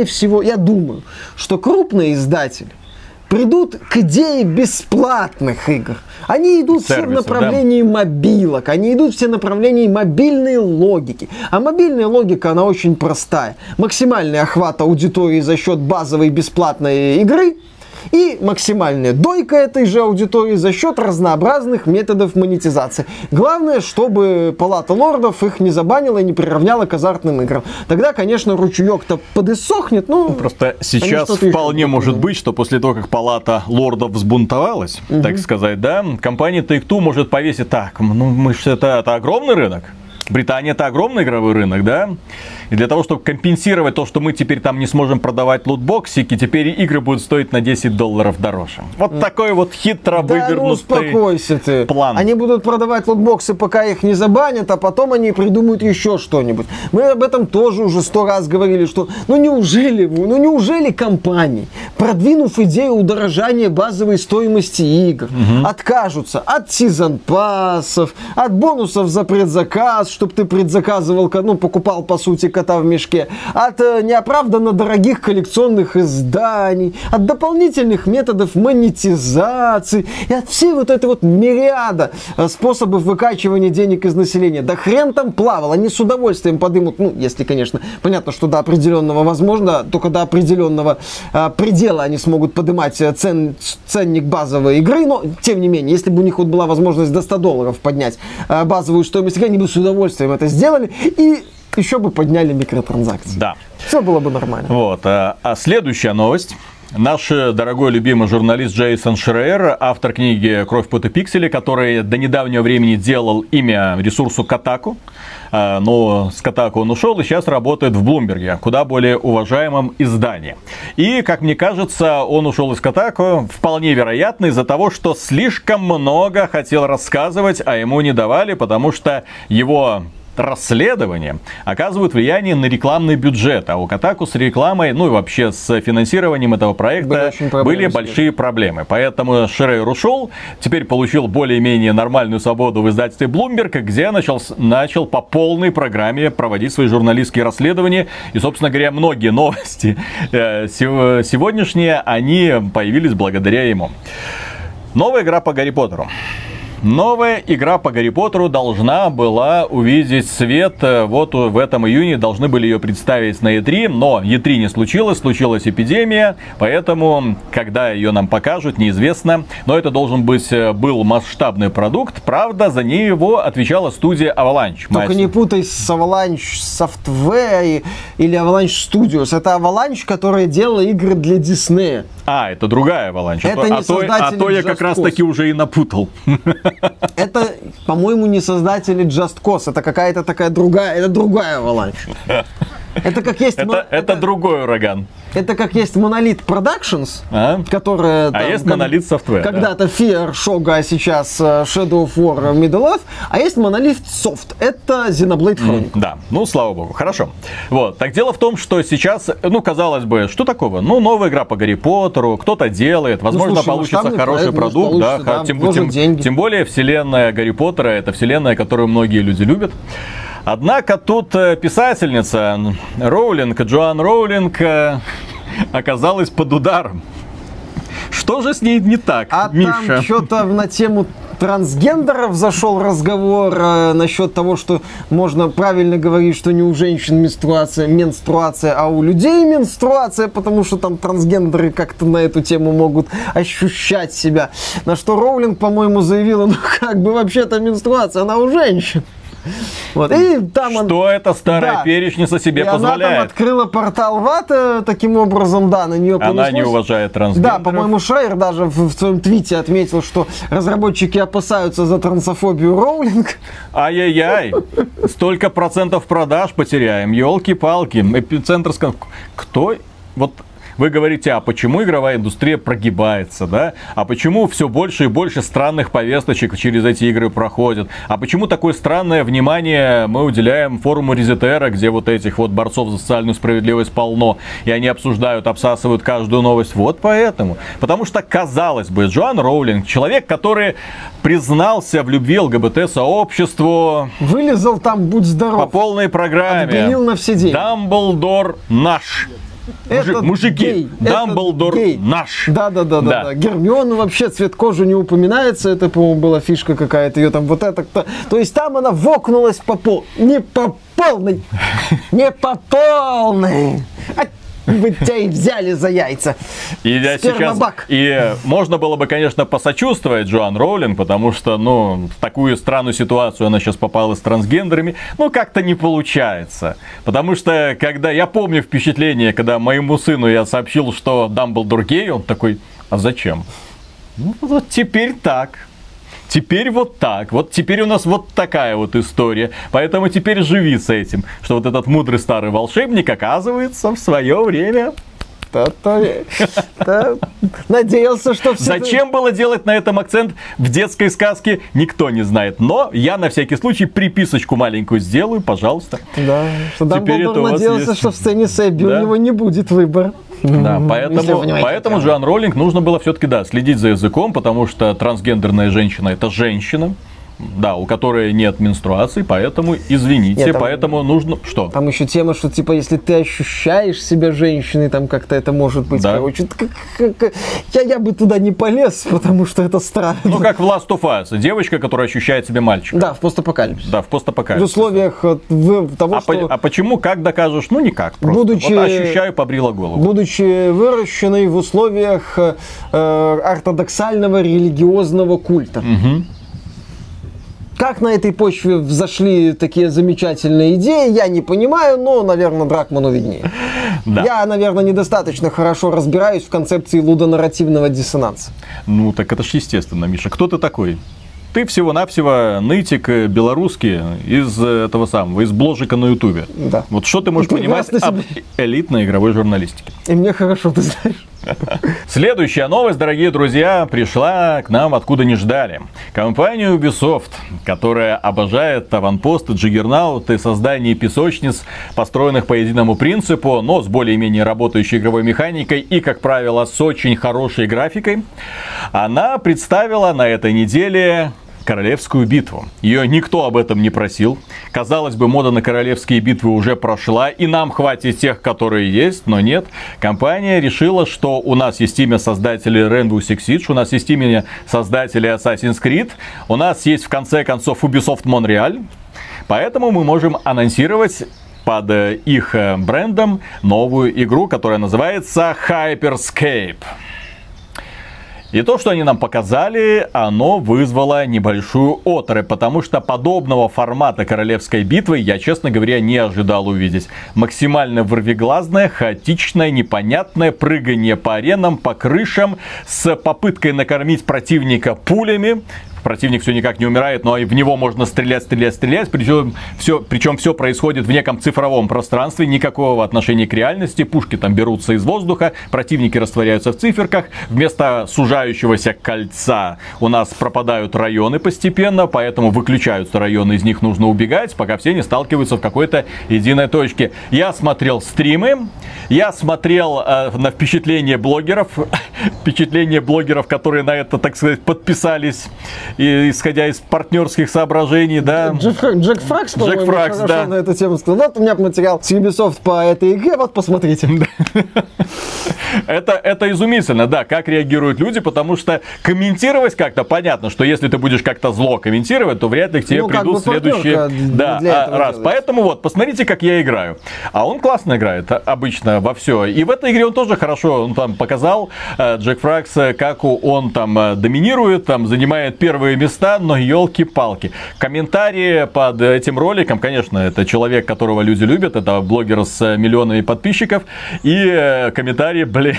думаю, что крупные издатели придут к идее бесплатных игр. Они идут все в направлении мобилок, они идут все в направлении мобильной логики. А мобильная логика, она очень простая. Максимальный охват аудитории за счет базовой бесплатной игры и максимальная дойка этой же аудитории за счет разнообразных методов монетизации. Главное, чтобы Палата лордов их не забанила и не приравняла к азартным играм. Тогда, конечно, ручеек-то подиссохнет.
Просто сейчас вполне может быть, что после того, как Палата лордов взбунтовалась, так сказать, да, компания Take-Two может повесить это огромный рынок. Британия — это огромный игровой рынок, да? И для того, чтобы компенсировать то, что мы теперь там не сможем продавать лутбоксики, теперь игры будут стоить на $10 дороже. Такой хитро вывернутый план.
Они будут продавать лутбоксы, пока их не забанят, а потом они придумают еще что-нибудь. Мы об этом тоже уже 100 раз говорили, что неужели компании, продвинув идею удорожания базовой стоимости игр, откажутся от сезон-пассов, от бонусов за предзаказ, чтобы ты предзаказывал, покупал, по сути, кота в мешке, от неоправданно дорогих коллекционных изданий, от дополнительных методов монетизации и от всей этой мириада способов выкачивания денег из населения. Да хрен там плавал, они с удовольствием подымут, если, конечно, понятно, что до определенного возможно, только до определенного предела они смогут подымать ценник базовой игры, но, тем не менее, если бы у них была возможность до $100 поднять базовую стоимость игры, они бы с удовольствием это сделали и еще бы подняли микротранзакции.
Да.
Все было бы нормально.
А следующая новость, Наш дорогой любимый журналист Джейсон Шрейер, автор книги «Кровь, пот и пиксели», который до недавнего времени делал имя ресурсу Kotaku, но с Kotaku он ушел и сейчас работает в Bloomberg, куда более уважаемом издании. И, как мне кажется, он ушел из Kotaku вполне вероятно из-за того, что слишком много хотел рассказывать, а ему не давали, потому что его расследования оказывают влияние на рекламный бюджет. А у Kotaku с рекламой, ну и вообще с финансированием этого проекта были большие проблемы. Поэтому Шрейер ушел, теперь получил более-менее нормальную свободу в издательстве Bloomberg, где начал по полной программе проводить свои журналистские расследования. И, собственно говоря, многие новости сегодняшние, они появились благодаря ему. Новая игра по Гарри Поттеру. Новая игра по Гарри Поттеру должна была увидеть свет вот в этом июне, должны были ее представить на E3, но E3 не случилось, случилась эпидемия, поэтому, когда ее нам покажут, неизвестно, но это был масштабный продукт, правда, за него отвечала студия Avalanche.
Только не путай с Avalanche Software или Avalanche Studios, это Avalanche, которая делала игры для Disney.
А, это другая Avalanche,
это
то я как раз таки уже и напутал.
Это, по-моему, не создатели Just Cause, это какая-то такая другая Avalanche. Это как есть...
Это другой ураган.
Это как есть Monolith Productions, которая...
А есть Monolith Software.
Когда-то Fear, Shoga, а сейчас Shadow of War, Middle Earth. А есть Monolith Soft. Это Xenoblade Chronicles.
Да, ну, слава богу. Хорошо. Вот. Так дело в том, что сейчас, казалось бы, что такого? Новая игра по Гарри Поттеру, кто-то делает, возможно, получится хороший продукт. Да, тем более вселенная Гарри Поттера, это вселенная, которую многие люди любят. Однако тут писательница Джоан Роулинг оказалась под ударом. Что же с ней не так, Миша?
Там что-то на тему трансгендеров зашел разговор насчет того, что можно правильно говорить, что не у женщин менструация, а у людей менструация, потому что там трансгендеры как-то на эту тему могут ощущать себя. На что Роулинг, по-моему, заявила, вообще-то менструация, она у женщин. Вот. И там
эта старая перечница себе позволяет?
Она там открыла портал в ад, таким образом, на нее понеслось.
Она не уважает трансгендеров.
Да, по-моему, Шрейер даже в своем твите отметил, что разработчики опасаются за трансофобию Роулинг.
Ай-яй-яй, столько процентов продаж потеряем, елки-палки. Эпицентр сказал, кто... Вы говорите, а почему игровая индустрия прогибается, да? А почему все больше и больше странных повесточек через эти игры проходят? А почему такое странное внимание мы уделяем форуму Резетера, где этих борцов за социальную справедливость полно, и они обсуждают, обсасывают каждую новость? Вот поэтому. Потому что, казалось бы, Джоан Роулинг, человек, который признался в любви ЛГБТ-сообществу...
Вылезал там, будь здоров.
По полной программе.
Отбелил на все деньги.
Дамблдор наш. Мужики, Дамблдор наш.
Да. Гермиона вообще цвет кожи не упоминается. Это, по-моему, была фишка какая-то. Ее там То есть там она вокнулась не по полной. Не по полной. Вы тебя и взяли за яйца.
И можно было бы, конечно, посочувствовать Джоан Роулинг, потому что, в такую странную ситуацию она сейчас попала с трансгендерами. Как-то не получается. Потому что, когда я помню впечатление, когда моему сыну я сообщил, что Дамблдор гей, он такой, а зачем? Вот теперь так. Теперь так. Теперь у нас такая история. Поэтому теперь живи с этим. Что этот мудрый старый волшебник, оказывается, в свое время...
Надеялся, что все...
Зачем было делать на этом акцент в детской сказке, никто не знает. Но я на всякий случай приписочку маленькую сделаю, пожалуйста.
Да, что Дамблдор надеялся, что в сцене Сэбби у него не будет выбора.
Да, поэтому Джоан Роулинг нужно было все-таки, следить за языком, потому что трансгендерная женщина — это женщина. Да, у которой нет менструации, поэтому извините, поэтому нужно... Что?
Там еще тема, что если ты ощущаешь себя женщиной, там как-то это может быть, я бы туда не полез, потому что это странно.
Как в Last of Us, девочка, которая ощущает себя мальчиком.
Да, в постапокалипсисе.
В
условиях того, что...
А почему, как докажешь? Никак просто. Ощущаю, побрила голову.
Будучи выращенной в условиях ортодоксального религиозного культа. Как на этой почве взошли такие замечательные идеи, я не понимаю, но, наверное, Дракману виднее.
Да.
Я, наверное, недостаточно хорошо разбираюсь в концепции лудонарративного диссонанса.
Ну, так это ж естественно, Миша. Кто ты такой? Ты всего-навсего нытик белорусский из этого самого, из бложика на Ютубе.
Да.
Вот что ты можешь понимать об элитной игровой журналистике?
И мне хорошо, ты знаешь.
Следующая новость, дорогие друзья, пришла к нам откуда не ждали. Компания Ubisoft, которая обожает аванпосты, джиггернауты, создание песочниц, построенных по единому принципу, но с более-менее работающей игровой механикой и, как правило, с очень хорошей графикой, она представила на этой неделе Королевскую битву. Ее никто об этом не просил. Казалось бы, мода на королевские битвы уже прошла, и нам хватит тех, которые есть, но нет. Компания решила, что у нас есть имя создателей Rainbow Six Siege, у нас есть имя создателей Assassin's Creed, у нас есть, в конце концов, Ubisoft Montreal, поэтому мы можем анонсировать под их брендом новую игру, которая называется Hyperscape. И то, что они нам показали, оно вызвало небольшую оторопь, потому что подобного формата королевской битвы я, честно говоря, не ожидал увидеть. Максимально вырвиглазное, хаотичное, непонятное прыгание по аренам, по крышам, с попыткой накормить противника пулями. Противник все никак не умирает, но и в него можно стрелять. Причем все происходит в неком цифровом пространстве, никакого отношения к реальности. Пушки там берутся из воздуха, противники растворяются в циферках. Вместо сужающегося кольца у нас пропадают районы постепенно, поэтому выключаются районы, из них нужно убегать, пока все не сталкиваются в какой-то единой точке. Я смотрел стримы, я смотрел на впечатления блогеров, которые на это, так сказать, подписались. И, исходя из партнерских соображений, да.
Джек Фракс, по-моему, хорошо да. На эту тему сказал. Вот у меня материал с Ubisoft по этой игре, вот посмотрите.
Это изумительно, да, как реагируют люди, потому что комментировать как-то понятно, что если ты будешь как-то зло комментировать, то вряд ли к тебе придут следующие раз. Поэтому вот, посмотрите, как я играю. А он классно играет обычно во все. И в этой игре он тоже хорошо, он там показал, Джек Фракс, как он там доминирует, там занимает первые места, но елки-палки. Комментарии под этим роликом, конечно, это человек, которого люди любят, это блогер с миллионами подписчиков, и комментарии, блин.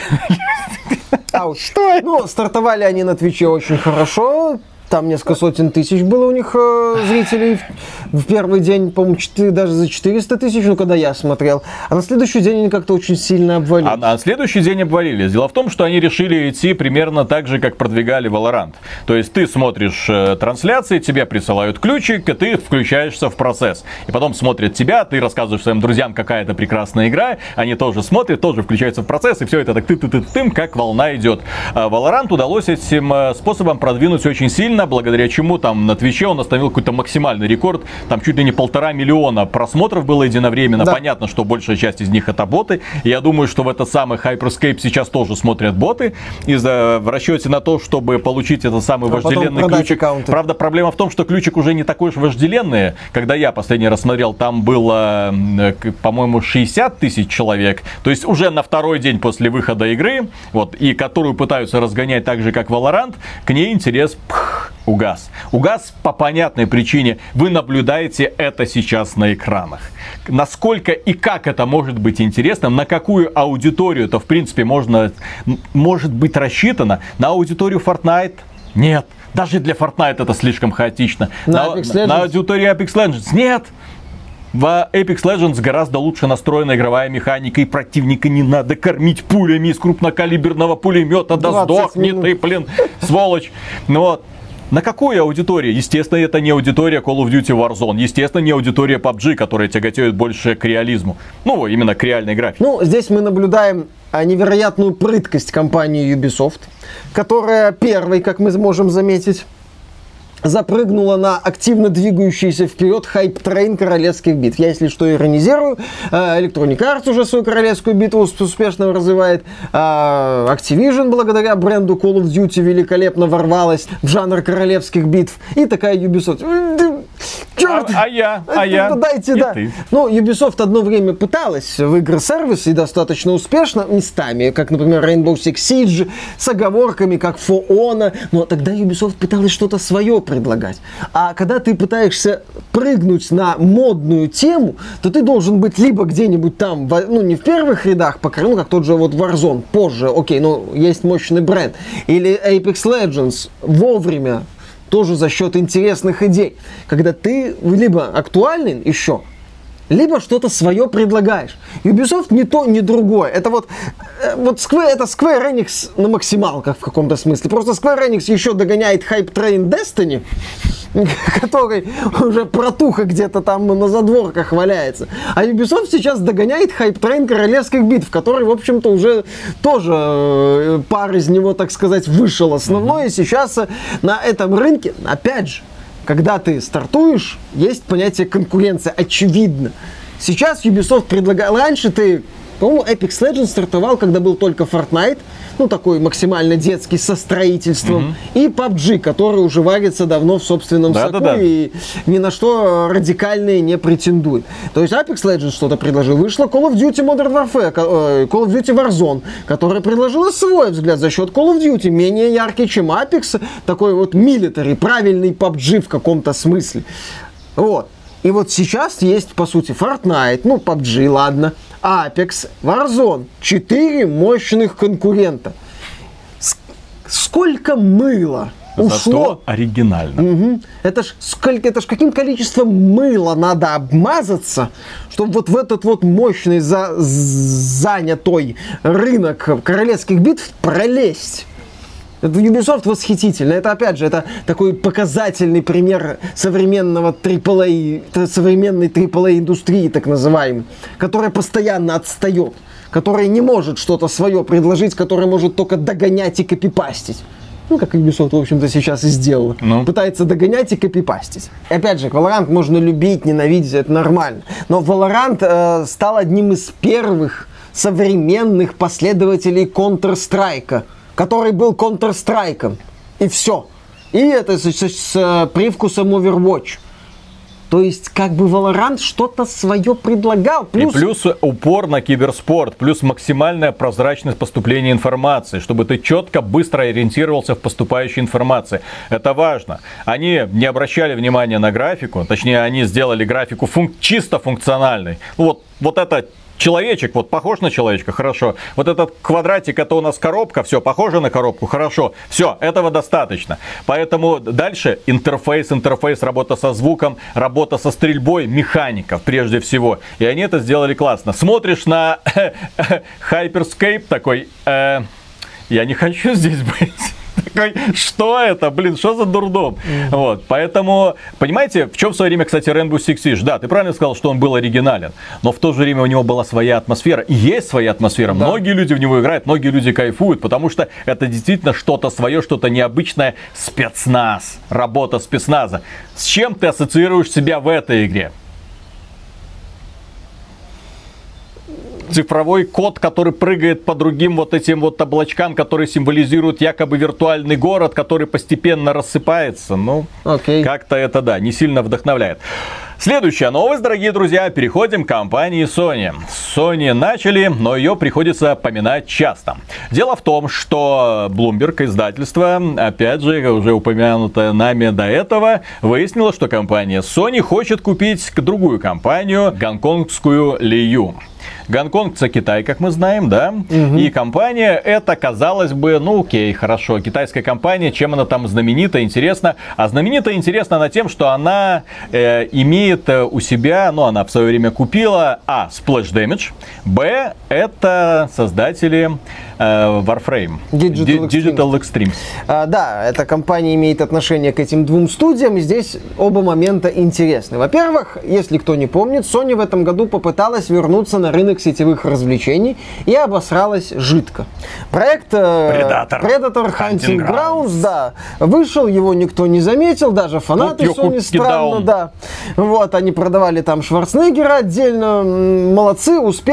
Что это? Ну, стартовали они на Твиче очень хорошо. Там несколько сотен тысяч было у них зрителей в первый день, по-моему, даже за 400 тысяч, ну, когда я смотрел. А на следующий день они как-то очень сильно обвалились. А
на следующий день обвалились. Дело в том, что они решили идти примерно так же, как продвигали Valorant. То есть ты смотришь трансляции, тебе присылают ключик, и ты включаешься в процесс. И потом смотрят тебя, ты рассказываешь своим друзьям, какая это прекрасная игра, они тоже смотрят, тоже включаются в процесс, и все это так ты-ты-ты-тым, как волна идет. Valorant удалось этим способом продвинуть очень сильно, благодаря чему там на Твиче он остановил какой-то максимальный рекорд. Там чуть ли не 1,5 миллиона просмотров было единовременно. Да. Понятно, что большая часть из них это боты. И я думаю, что в этот самый Hyperscape сейчас тоже смотрят боты. В расчете на то, чтобы получить этот самый вожделенный ключик. Аккаунты. Правда, проблема в том, что ключик уже не такой уж вожделенный. Когда я последний раз смотрел, там было, по-моему, 60 тысяч человек. То есть уже на второй день после выхода игры, вот, и которую пытаются разгонять так же, как Valorant, к ней интерес угас. Угас по понятной причине. Вы наблюдаете это сейчас на экранах. Насколько и как это может быть интересным, на какую аудиторию это в принципе может быть рассчитано? На аудиторию Fortnite? Нет. Даже для Fortnite это слишком хаотично. На аудиторию Apex Legends? Нет. В Apex Legends гораздо лучше настроена игровая механика, и противника не надо кормить пулями из крупнокалиберного пулемета. Да сдохни ты, блин, сволочь. Ну вот. На какую аудиторию? Естественно, это не аудитория Call of Duty Warzone. Естественно, не аудитория PUBG, которая тяготеет больше к реализму. Ну, именно к реальной графике.
Ну, здесь мы наблюдаем невероятную прыткость компании Ubisoft, которая первой, как мы можем заметить, запрыгнула на активно двигающийся вперед хайп-трейн королевских битв. Я, если что, иронизирую. Electronic Arts уже свою королевскую битву успешно развивает. Activision, благодаря бренду Call of Duty, великолепно ворвалась в жанр королевских битв. И такая Ubisoft. Черт!
А я.
Дайте,
И
да.
ты.
Ну, Ubisoft одно время пыталась в игры-сервисы и достаточно успешно местами, как, например, Rainbow Six Siege, с оговорками, как For Honor, но тогда Ubisoft пыталась что-то свое предлагать. А когда ты пытаешься прыгнуть на модную тему, то ты должен быть либо где-нибудь там, ну, не в первых рядах, ну, как тот же вот Warzone, позже, окей, ну, есть мощный бренд, или Apex Legends, вовремя, тоже за счет интересных идей. Когда ты либо актуален еще, либо что-то свое предлагаешь. Ubisoft ни то, ни другое. Это вот это Square Enix на максималках в каком-то смысле. Просто Square Enix еще догоняет Hype Train Destiny, который уже протуха где-то там на задворках валяется. А Ubisoft сейчас догоняет Hype Train Королевских битв, который, в общем-то, уже тоже пар из него, так сказать, вышел основной. И сейчас на этом рынке, опять же, когда ты стартуешь, есть понятие конкуренция, очевидно. Сейчас Ubisoft предлагает... Раньше ты, по-моему, Apex Legends стартовал, когда был только Fortnite, ну, такой максимально детский, со строительством, и PUBG, который уже варится давно в собственном соку и ни на что радикальные не претендует. То есть Apex Legends что-то предложил. Вышла Call of Duty Modern Warfare, Call of Duty Warzone, которая предложила свой взгляд за счет Call of Duty, менее яркий, чем Apex, такой вот military, правильный PUBG в каком-то смысле. Вот. И вот сейчас есть, по сути, Fortnite, ну, PUBG, ладно, Apex, Warzone. 4 мощных конкурента. Сколько мыла ушло.
Зато оригинально.
Угу. Это ж каким количеством мыла надо обмазаться, чтобы вот в этот вот мощный занятой рынок королевских битв пролезть. Это Ubisoft восхитительно. Это, опять же, это такой показательный пример современной AAA индустрии, так называемой, которая постоянно отстает, которая не может что-то свое предложить, которая может только догонять и копипастить. Ну, как Ubisoft, в общем-то, сейчас и сделала. Пытается догонять и копипастить. И опять же, Valorant можно любить, ненавидеть, это нормально. Но Valorant стал одним из первых современных последователей Counter-Strike, который был Counter-Strike. И все. И это с привкусом Overwatch. То есть, как бы Valorant что-то свое предлагал.
И плюс упор на киберспорт, плюс максимальная прозрачность поступления информации, чтобы ты четко, быстро ориентировался в поступающей информации. Это важно. Они не обращали внимания на графику, точнее, они сделали графику чисто функциональной. Вот это... Человечек, вот похож на человечка, хорошо. Вот этот квадратик, это у нас коробка, все, похоже на коробку, хорошо. Все, этого достаточно. Поэтому дальше интерфейс, работа со звуком, работа со стрельбой, механиков прежде всего. И они это сделали классно. Смотришь на Hyperscape такой, я не хочу здесь быть. Такой, что это, блин, что за дурдом? Вот, поэтому, понимаете, в чем в свое время, кстати, Rainbow Six Siege? Да, ты правильно сказал, что он был оригинален, но в то же время у него была своя атмосфера, и есть своя атмосфера. Да. Многие люди в него играют, многие люди кайфуют, потому что это действительно что-то свое, что-то необычное. Спецназ, работа спецназа. С чем ты ассоциируешь себя в этой игре? Цифровой код, который прыгает по другим вот этим вот облачкам, которые символизируют якобы виртуальный город, который постепенно рассыпается. Ну, как-то это, да, не сильно вдохновляет. Следующая новость, дорогие друзья, переходим к компании Sony. Sony начали, но ее приходится поминать часто. Дело в том, что Bloomberg, издательство, опять же, уже упомянутое нами до этого, выяснило, что компания Sony хочет купить другую компанию, гонконгскую Лию. Гонконг — это Китай, как мы знаем, да? И компания эта, казалось бы, ну окей, хорошо, китайская компания, чем она там знаменита, интересно? А знаменита интересна она тем, что она имеет у себя, ну она в свое время купила, Splash Damage, это создатели Warframe, Digital Extremes.
Да, эта компания имеет отношение к этим двум студиям, и здесь оба момента интересны. Во-первых, если кто не помнит, Sony в этом году попыталась вернуться на рынок сетевых развлечений и обосралась жидко. Проект Predator Hunting Grounds, да, вышел, его никто не заметил, даже фанаты Sony, странно, да. Вот, они продавали там Шварценеггера отдельно, молодцы, успех,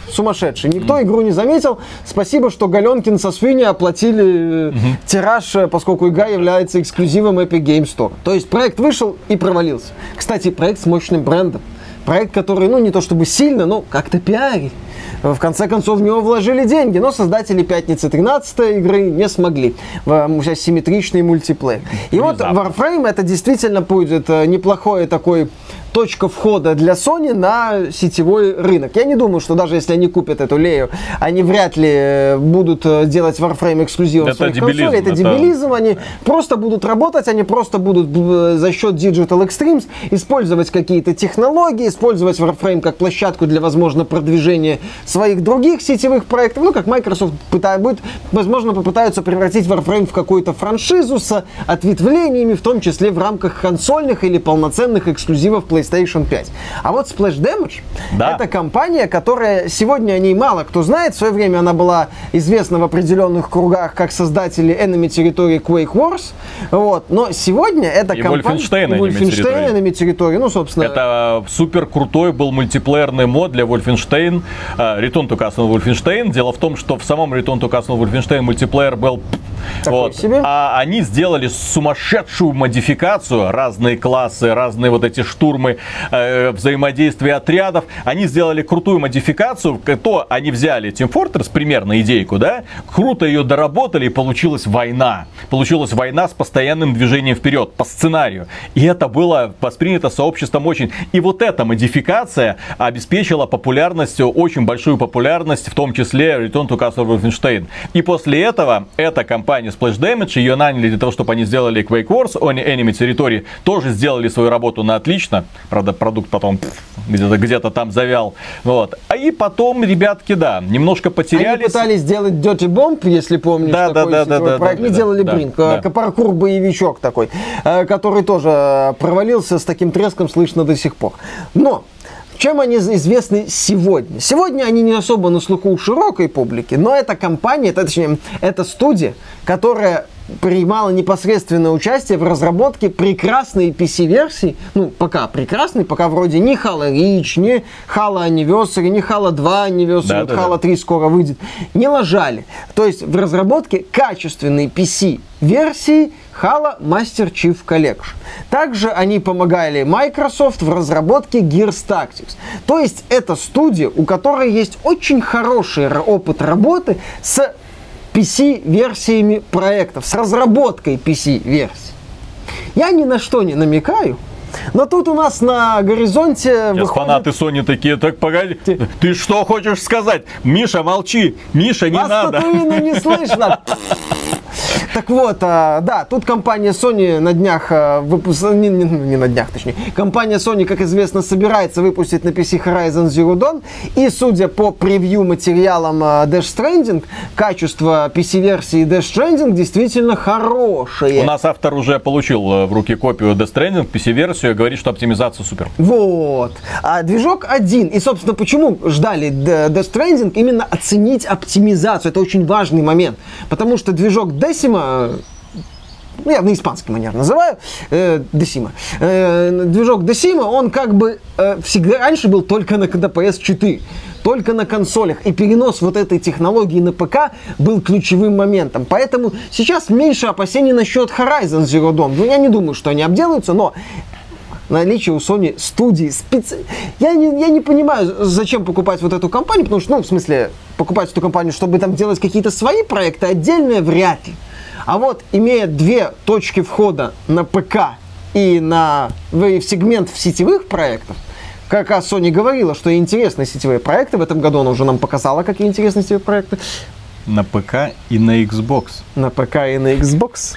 сумасшедший. Никто игру не заметил. Спасибо, что Галенкин со Свиньей оплатили тираж, поскольку игра является эксклюзивом Epic Games Store. То есть проект вышел и провалился. Кстати, проект с мощным брендом. Проект, который, ну, не то чтобы сильно, но как-то пиарит. В конце концов, в него вложили деньги, но создатели «Пятницы 13» игры не смогли. Сейчас симметричный мультиплеер. И вот Warframe это действительно будет неплохой такой точка входа для Sony на сетевой рынок. Я не думаю, что даже если они купят эту Лею, они вряд ли будут делать Warframe эксклюзивом своих консолей. Это дебилизм. Они просто будут работать, они просто будут за счет Digital Extremes использовать какие-то технологии, использовать Warframe как площадку для, возможно, продвижения своих других сетевых проектов. Ну, как Microsoft возможно, попытаются превратить Warframe в какую-то франшизу с ответвлениями, в том числе в рамках консольных или полноценных эксклюзивов PlayStation 5. А вот Splash Damage это компания, которая сегодня о ней мало кто знает. В свое время она была известна в определенных кругах как создатели Enemy Territory Quake Wars. Вот. Но сегодня это компания...
Wolfenstein
Enemy Territory. Ну, собственно...
Это супер крутой был мультиплеерный мод для Wolfenstein. Return to Castle Wolfenstein. Дело в том, что в самом Return to Castle Wolfenstein мультиплеер был... Вот. А они сделали сумасшедшую модификацию, разные классы, разные вот эти штурмы, взаимодействие отрядов. Они сделали крутую модификацию, то они взяли Team Fortress, примерно идейку, да, круто ее доработали, и получилась война. Получилась война с постоянным движением вперед, по сценарию. И это было воспринято сообществом очень. И вот эта модификация обеспечила популярностью, очень большую популярность, в том числе Return to Castle Wolfenstein. И после этого эта компания Splash Damage, ее наняли для того, чтобы они сделали Quake Wars, Enemy Territory, тоже сделали свою работу на отлично. Правда, продукт потом где-то там завял. Вот. А и потом, ребятки, да, немножко потерялись.
Они пытались сделать Dirty Bomb, если помнишь, такой проект. Они делали Brink, паркур-боевичок такой, который тоже провалился, с таким треском слышно до сих пор. Но чем они известны сегодня? Сегодня они не особо на слуху у широкой публики, но эта компания, точнее, это студия, которая принимала непосредственное участие в разработке прекрасной PC-версии, ну, пока прекрасной, пока вроде ни Halo Reach, ни Halo Anniversary, ни Halo 2 Anniversary, Halo 3 скоро выйдет, не лажали. То есть в разработке качественной PC-версии Halo Master Chief Collection. Также они помогали Microsoft в разработке Gears Tactics. То есть это студия, у которой есть очень хороший опыт работы с PC-версиями проектов, с разработкой PC-версий. Я ни на что не намекаю, но тут у нас на горизонте
сейчас фанаты Sony такие: так погоди, ты что хочешь сказать? Миша, молчи, Миша, не надо.
Вас Татуина не слышно. Так вот, да, тут компания Sony на днях не на днях, точнее, компания Sony, как известно, собирается выпустить на PC Horizon Zero Dawn, и судя по превью материалам Death Stranding, качество PC-версии Death Stranding действительно хорошее.
У нас автор уже получил в руки копию Death Stranding, PC-версию, и говорит, что оптимизация супер.
Вот. А движок один. И, собственно, почему ждали Death Stranding? Именно оценить оптимизацию. Это очень важный момент. Потому что движок Decima, я на испанский манер называю, Decima. Движок Decima, он как бы всегда раньше был только на PS4. Только на консолях. И перенос вот этой технологии на ПК был ключевым моментом. Поэтому сейчас меньше опасений насчет Horizon Zero Dawn. Ну, я не думаю, что они обделаются, но наличие у Sony студии Я не понимаю, зачем покупать вот эту компанию, потому что, ну, в смысле, покупать эту компанию, чтобы там делать какие-то свои проекты, отдельные вряд ли. А вот, имея две точки входа на ПК и в сегмент сетевых проектов, как раз Sony говорила, что интересные сетевые проекты, в этом году она уже нам показала, какие интересные сетевые проекты.
На ПК и на Xbox.
На ПК и на Xbox.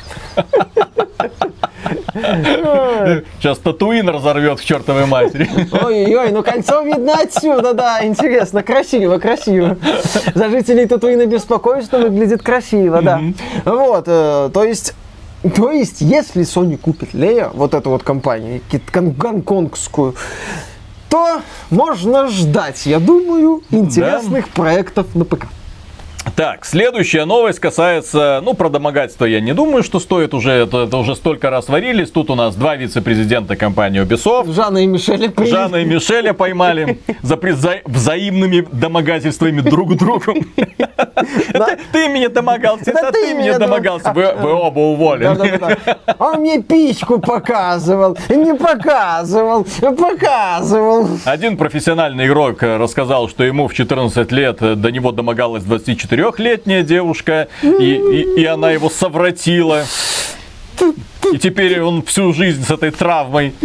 Сейчас Татуин разорвет к чертовой матери.
Ой-ой-ой, ну кольцо видно отсюда, да, интересно, красиво, красиво. За жителей Татуина беспокоюсь, но выглядит красиво, да. Вот, то есть, если Sony купит Leia, вот эту вот компанию, гонконгскую, то можно ждать, я думаю, интересных проектов на ПК.
Так, следующая новость касается, про домогательство я не думаю, что стоит уже, это уже столько раз варились. Тут у нас два вице-президента компании Ubisoft.
Жанна и
Мишеля поймали за взаимными домогательствами друг к другу. Ты меня домогался, ты меня домогался. Вы оба уволены.
Он мне письку показывал, не показывал.
Один профессиональный игрок рассказал, что ему в 14 лет до него домогалась 24-летняя девушка, и она его совратила. И теперь он всю жизнь с этой травмой.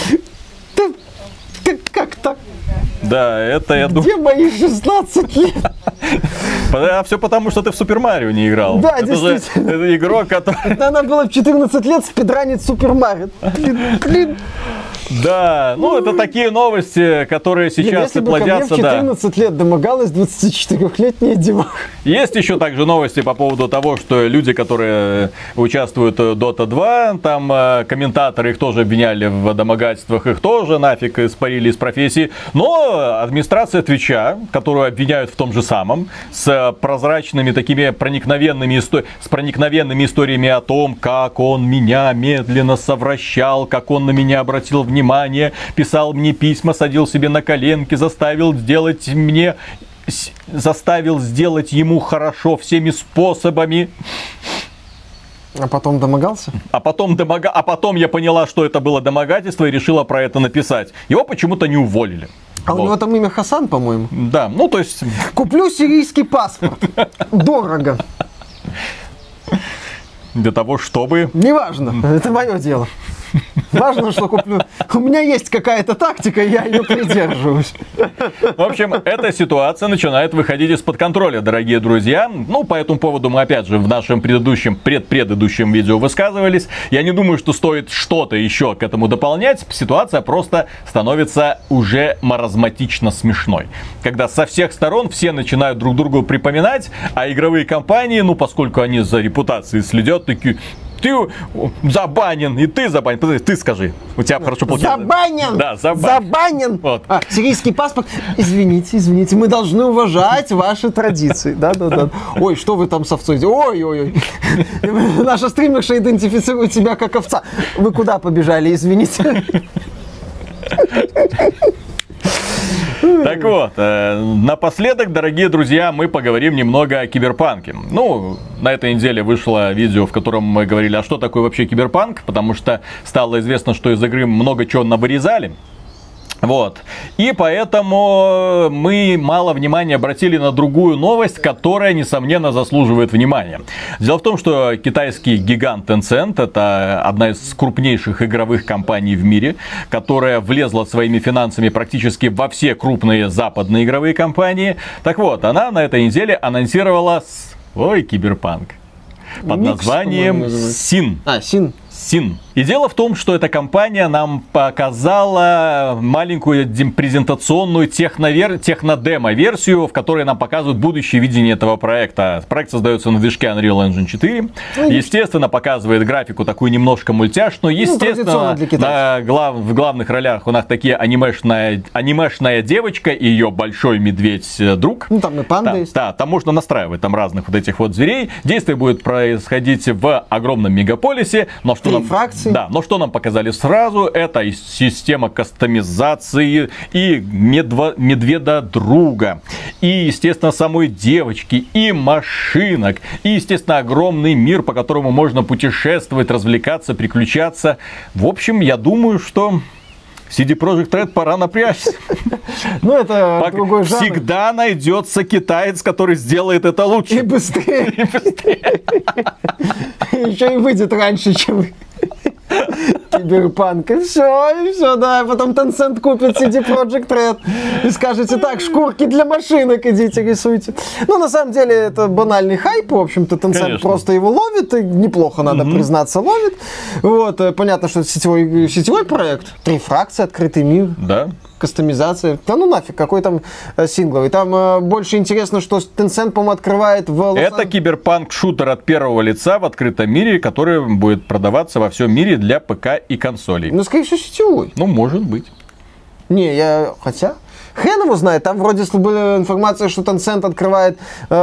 Как так?
Да, это я думаю...
Где мои 16 лет?
А все потому, что ты в Супер Марио не играл.
Да, действительно.
Это игрок, который...
Надо было в 14 лет спидранить Супер Марио. Блин.
Да, это такие новости, которые сейчас
и плодятся. Если бы ко мне в 14 лет домогалась 24-летняя девушка.
Есть еще также новости по поводу того, что люди, которые участвуют в Dota 2, там комментаторы их тоже обвиняли в домогательствах, их тоже нафиг испарили из профессии. Но администрация Твича, которую обвиняют в том же самом, с прозрачными такими проникновенными историями о том, как он меня медленно совращал, как он на меня обратил внимание, писал мне письма, садил себе на коленки, заставил сделать ему хорошо всеми способами.
А потом домогался?
А потом я поняла, что это было домогательство, и решила про это написать. Его почему-то не уволили.
А у него там имя Хасан, по-моему?
Да, то есть...
Куплю сирийский паспорт. Дорого.
Для того, чтобы...
Неважно, это мое дело. Важно, что куплю. У меня есть какая-то тактика, я ее придерживаюсь.
В общем, эта ситуация начинает выходить из-под контроля, дорогие друзья. По этому поводу мы опять же в нашем предыдущем видео высказывались. Я не думаю, что стоит что-то еще к этому дополнять. Ситуация просто становится уже маразматично смешной. Когда со всех сторон все начинают друг другу припоминать, а игровые компании, поскольку они за репутацией следят, такие... Ты забанен, и ты забанен. Подожди, ты скажи. У тебя хорошо получилось.
Забанен!
Да, забанен.
Вот. Сирийский паспорт. Извините, мы должны уважать ваши традиции. Да. Ой, что вы там с овцой? Ой. Наша стримерша идентифицирует себя как овца. Вы куда побежали, извините?
Так вот, напоследок, дорогие друзья, мы поговорим немного о киберпанке. На этой неделе вышло видео, в котором мы говорили, а что такое вообще киберпанк, потому что стало известно, что из игры много чего навырезали. Вот. И поэтому мы мало внимания обратили на другую новость, которая, несомненно, заслуживает внимания. Дело в том, что китайский гигант Tencent, это одна из крупнейших игровых компаний в мире, которая влезла своими финансами практически во все крупные западные игровые компании. Так вот, она на этой неделе анонсировала свой киберпанк под названием Sin. Sin. И дело в том, что эта компания нам показала маленькую презентационную технодемо-версию, в которой нам показывают будущее видение этого проекта. Проект создается на движке Unreal Engine 4. Естественно, показывает графику такую немножко мультяшную. Естественно, в главных ролях у нас такие анимешная девочка и ее большой медведь-друг.
Там и панда есть.
Да, там можно настраивать разных вот этих вот зверей. Действие будет происходить в огромном мегаполисе. Но что нам показали сразу, это и система кастомизации, и медведа-друга, и, естественно, самой девочки, и машинок, и, естественно, огромный мир, по которому можно путешествовать, развлекаться, приключаться. В общем, я думаю, что... CD Projekt Red пора напрячься.
Это другой жанр.
Всегда найдется китаец, который сделает это лучше.
И быстрее. Еще и выйдет раньше, чем Киберпанк. И все, да. Потом Tencent купит CD Projekt Red. И скажете, так, шкурки для машинок идите рисуйте. На самом деле, это банальный хайп. В общем-то, Tencent просто его ловит. И неплохо, надо признаться, ловит. Вот, понятно, что это сетевой проект. 3 фракции, открытый мир.
Да.
Кастомизация. Да нафиг, какой там сингловый. Там больше интересно, что Tencent, по-моему, открывает в...
Это киберпанк-шутер от первого лица в открытом мире, который будет продаваться во всем мире для ПК и консолей.
Скорее всего, сетевой.
Может быть.
Хотя... Хрен его знает. Там вроде была информация, что Tencent открывает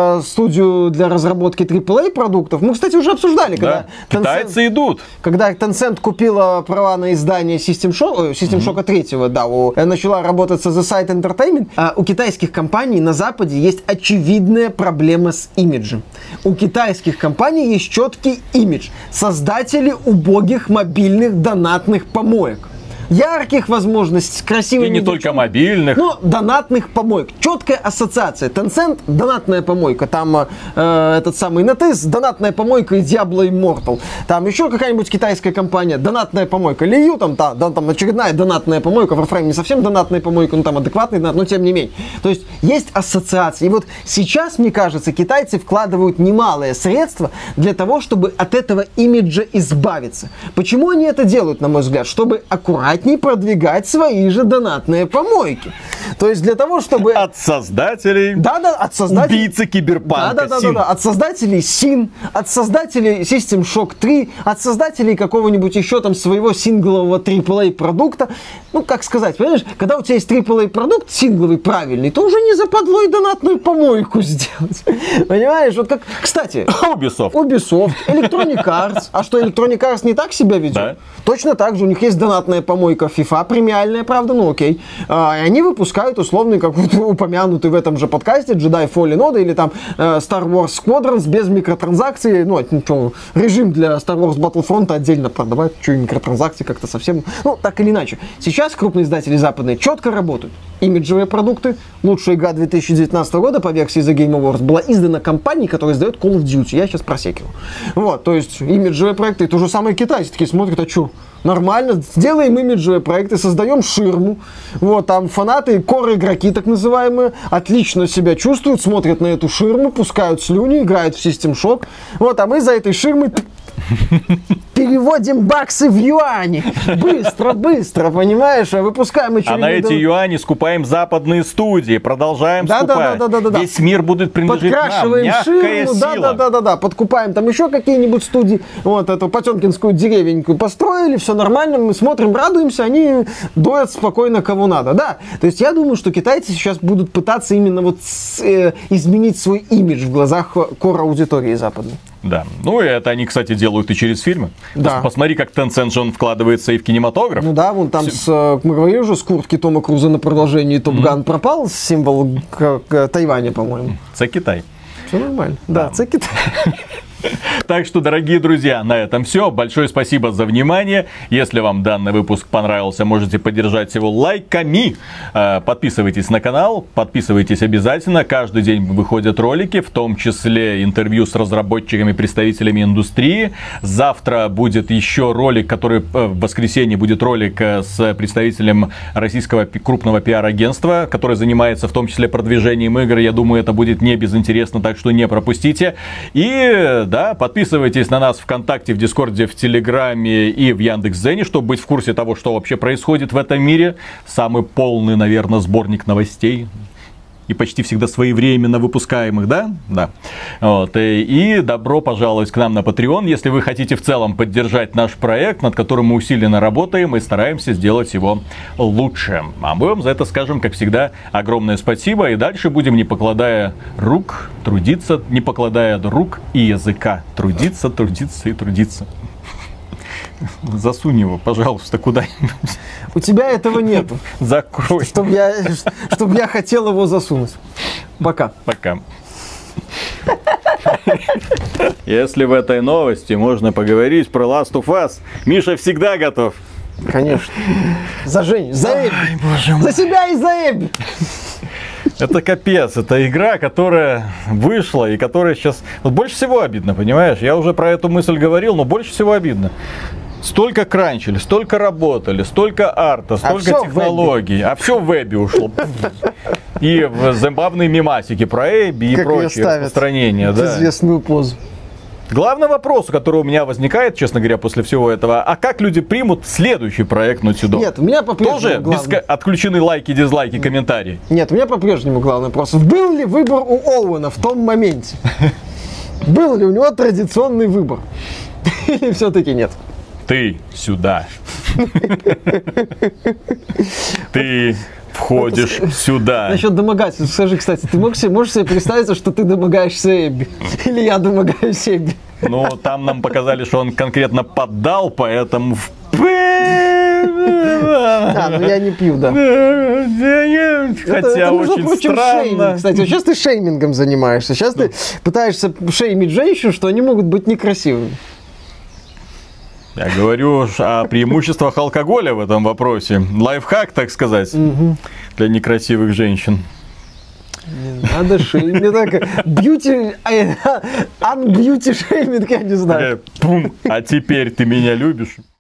студию для разработки AAA продуктов. Мы, кстати, уже обсуждали, когда
китайцы идут.
Когда Tencent купила права на издание System Shock 3, да, начала работать с The Side Entertainment, у китайских компаний на Западе есть очевидная проблема с имиджем. У китайских компаний есть четкий имидж. Создатели убогих мобильных донатных помоек. Ярких возможностей, с красивыми...
И не только мобильных.
Но донатных помоек. Четкая ассоциация. Tencent — донатная помойка. Там этот самый NetEase — донатная помойка и Diablo Immortal. Там еще какая-нибудь китайская компания — донатная помойка. Лию там очередная донатная помойка. Warframe не совсем донатная помойка, но там адекватный донат, но тем не менее. То есть есть ассоциации. И вот сейчас, мне кажется, китайцы вкладывают немалые средства для того, чтобы от этого имиджа избавиться. Почему они это делают, на мой взгляд? Чтобы аккуратнее продвигать свои же донатные помойки. То есть для того, чтобы...
От создателей...
от создателей...
Убийцы Киберпанка.
Да. От создателей Sin, от создателей System Shock 3, от создателей какого-нибудь еще там своего синглового AAA продукта. Ну, как сказать, понимаешь, когда у тебя есть AAA продукт сингловый правильный, то уже не западло и донатную помойку сделать. Понимаешь? Вот как, кстати...
Ubisoft,
Electronic Arts. А что, Electronic Arts не так себя ведет?
Да.
Точно так же. У них есть донатная помойка FIFA, премиальная, правда, ну окей. И они выпускают условный, какой-то упомянутый в этом же подкасте, Jedi Fallen Order или там Star Wars Squadrons без микротранзакций. Ну, режим для Star Wars Battlefront отдельно продавать, что и микротранзакции как-то совсем... Ну, так или иначе. Сейчас крупные издатели западные четко работают. Имиджевые продукты. Лучшая игра 2019 года по версии The Game Awards была издана компанией, которая издает Call of Duty. Я сейчас просекиваю. Вот, то есть имиджевые проекты. И то же самое китайцы такие смотрят, а что? Нормально, сделаем имиджевые проекты, создаем ширму. Вот, там фанаты, кор-игроки так называемые, отлично себя чувствуют, смотрят на эту ширму, пускают слюни, играют в System Shock. Вот, а мы за этой ширмой переводим баксы в юани. Быстро, понимаешь? Выпускаем очередной...
А на эти юани скупаем западные студии, продолжаем скупать.
Да.
Весь мир будет принадлежать нам.
Подкрашиваем ширму, да. Подкупаем там еще какие-нибудь студии. Вот эту Потемкинскую деревеньку построили, все нормально, мы смотрим, радуемся, они доят спокойно кого надо. Да, то есть я думаю, что китайцы сейчас будут пытаться именно вот изменить свой имидж в глазах кор-аудитории западной.
Да. Ну, и это они, кстати, делают и через фильмы.
Да.
Посмотри, как Tencent же он вкладывается и в кинематограф.
Ну да, вон там мы говорили уже, с куртки Тома Круза на продолжении Топ Ган пропал, символ Тайваня, по-моему.
Это Китай.
Все нормально. Да, это Китай.
Так что, дорогие друзья, на этом все. Большое спасибо за внимание. Если вам данный выпуск понравился, можете поддержать его лайками. Подписывайтесь на канал, подписывайтесь обязательно. Каждый день выходят ролики, в том числе интервью с разработчиками, представителями индустрии. Завтра будет еще ролик, который в воскресенье будет ролик с представителем российского крупного пиар-агентства, который занимается в том числе продвижением игр. Я думаю, это будет не безинтересно, так что не пропустите. И да, подписывайтесь на нас ВКонтакте, в Дискорде, в Телеграме и в Яндекс.Дзене, чтобы быть в курсе того, что вообще происходит в этом мире. Самый полный, наверное, сборник новостей. И почти всегда своевременно выпускаемых, да? Да. Вот. И добро пожаловать к нам на Patreon, если вы хотите в целом поддержать наш проект, над которым мы усиленно работаем и стараемся сделать его лучше. А мы вам за это скажем, как всегда, огромное спасибо. И дальше будем, не покладая рук, трудиться, не покладая рук и языка. Трудиться и трудиться. Засунь его, пожалуйста, куда-нибудь.
У тебя этого нету.
Закрой.
Чтоб я хотел его засунуть. Пока.
Пока. Если в этой новости можно поговорить про Last of Us, Миша всегда готов.
Конечно. За Женю, за Эбби.
Ай, боже мой.
За себя и за Эбби.
Это капец, это игра, которая вышла и которая сейчас... Вот больше всего обидно, понимаешь? Я уже про эту мысль говорил, но больше всего обидно. Столько кранчили, столько работали, столько арта, столько технологий, а все в вебе ушло. И в забавные мемасики про Эбби и прочие распространения. Да.
Известную позу.
Главный вопрос, который у меня возникает, честно говоря, после всего этого, а как люди примут следующий проект Naughty Dog?
Нет, у меня по-прежнему
тоже
главный...
отключены лайки, дизлайки, комментарии?
Нет, у меня по-прежнему главный вопрос. Был ли выбор у Оуэна в том моменте? Был ли у него традиционный выбор? Или все-таки нет?
Ты сюда. Ты входишь сюда.
Насчет домогательств, скажи, кстати, ты можешь себе представить, что ты домогаешься Эбби? Или я домогаюсь Эбби?
Ну, там нам показали, что он конкретно поддал, поэтому...
Ну я не пью, да.
Хотя
это, между
очень
прочим,
странно.
шейминг. Кстати, вот сейчас ты шеймингом занимаешься. Сейчас ты пытаешься шеймить женщин, что они могут быть некрасивыми.
Я говорю о преимуществах алкоголя в этом вопросе. Лайфхак, так сказать, для некрасивых женщин.
Не надо шеймить. Так, бьюти, анбьюти шейминг, я не знаю.
Пум, а теперь ты меня любишь?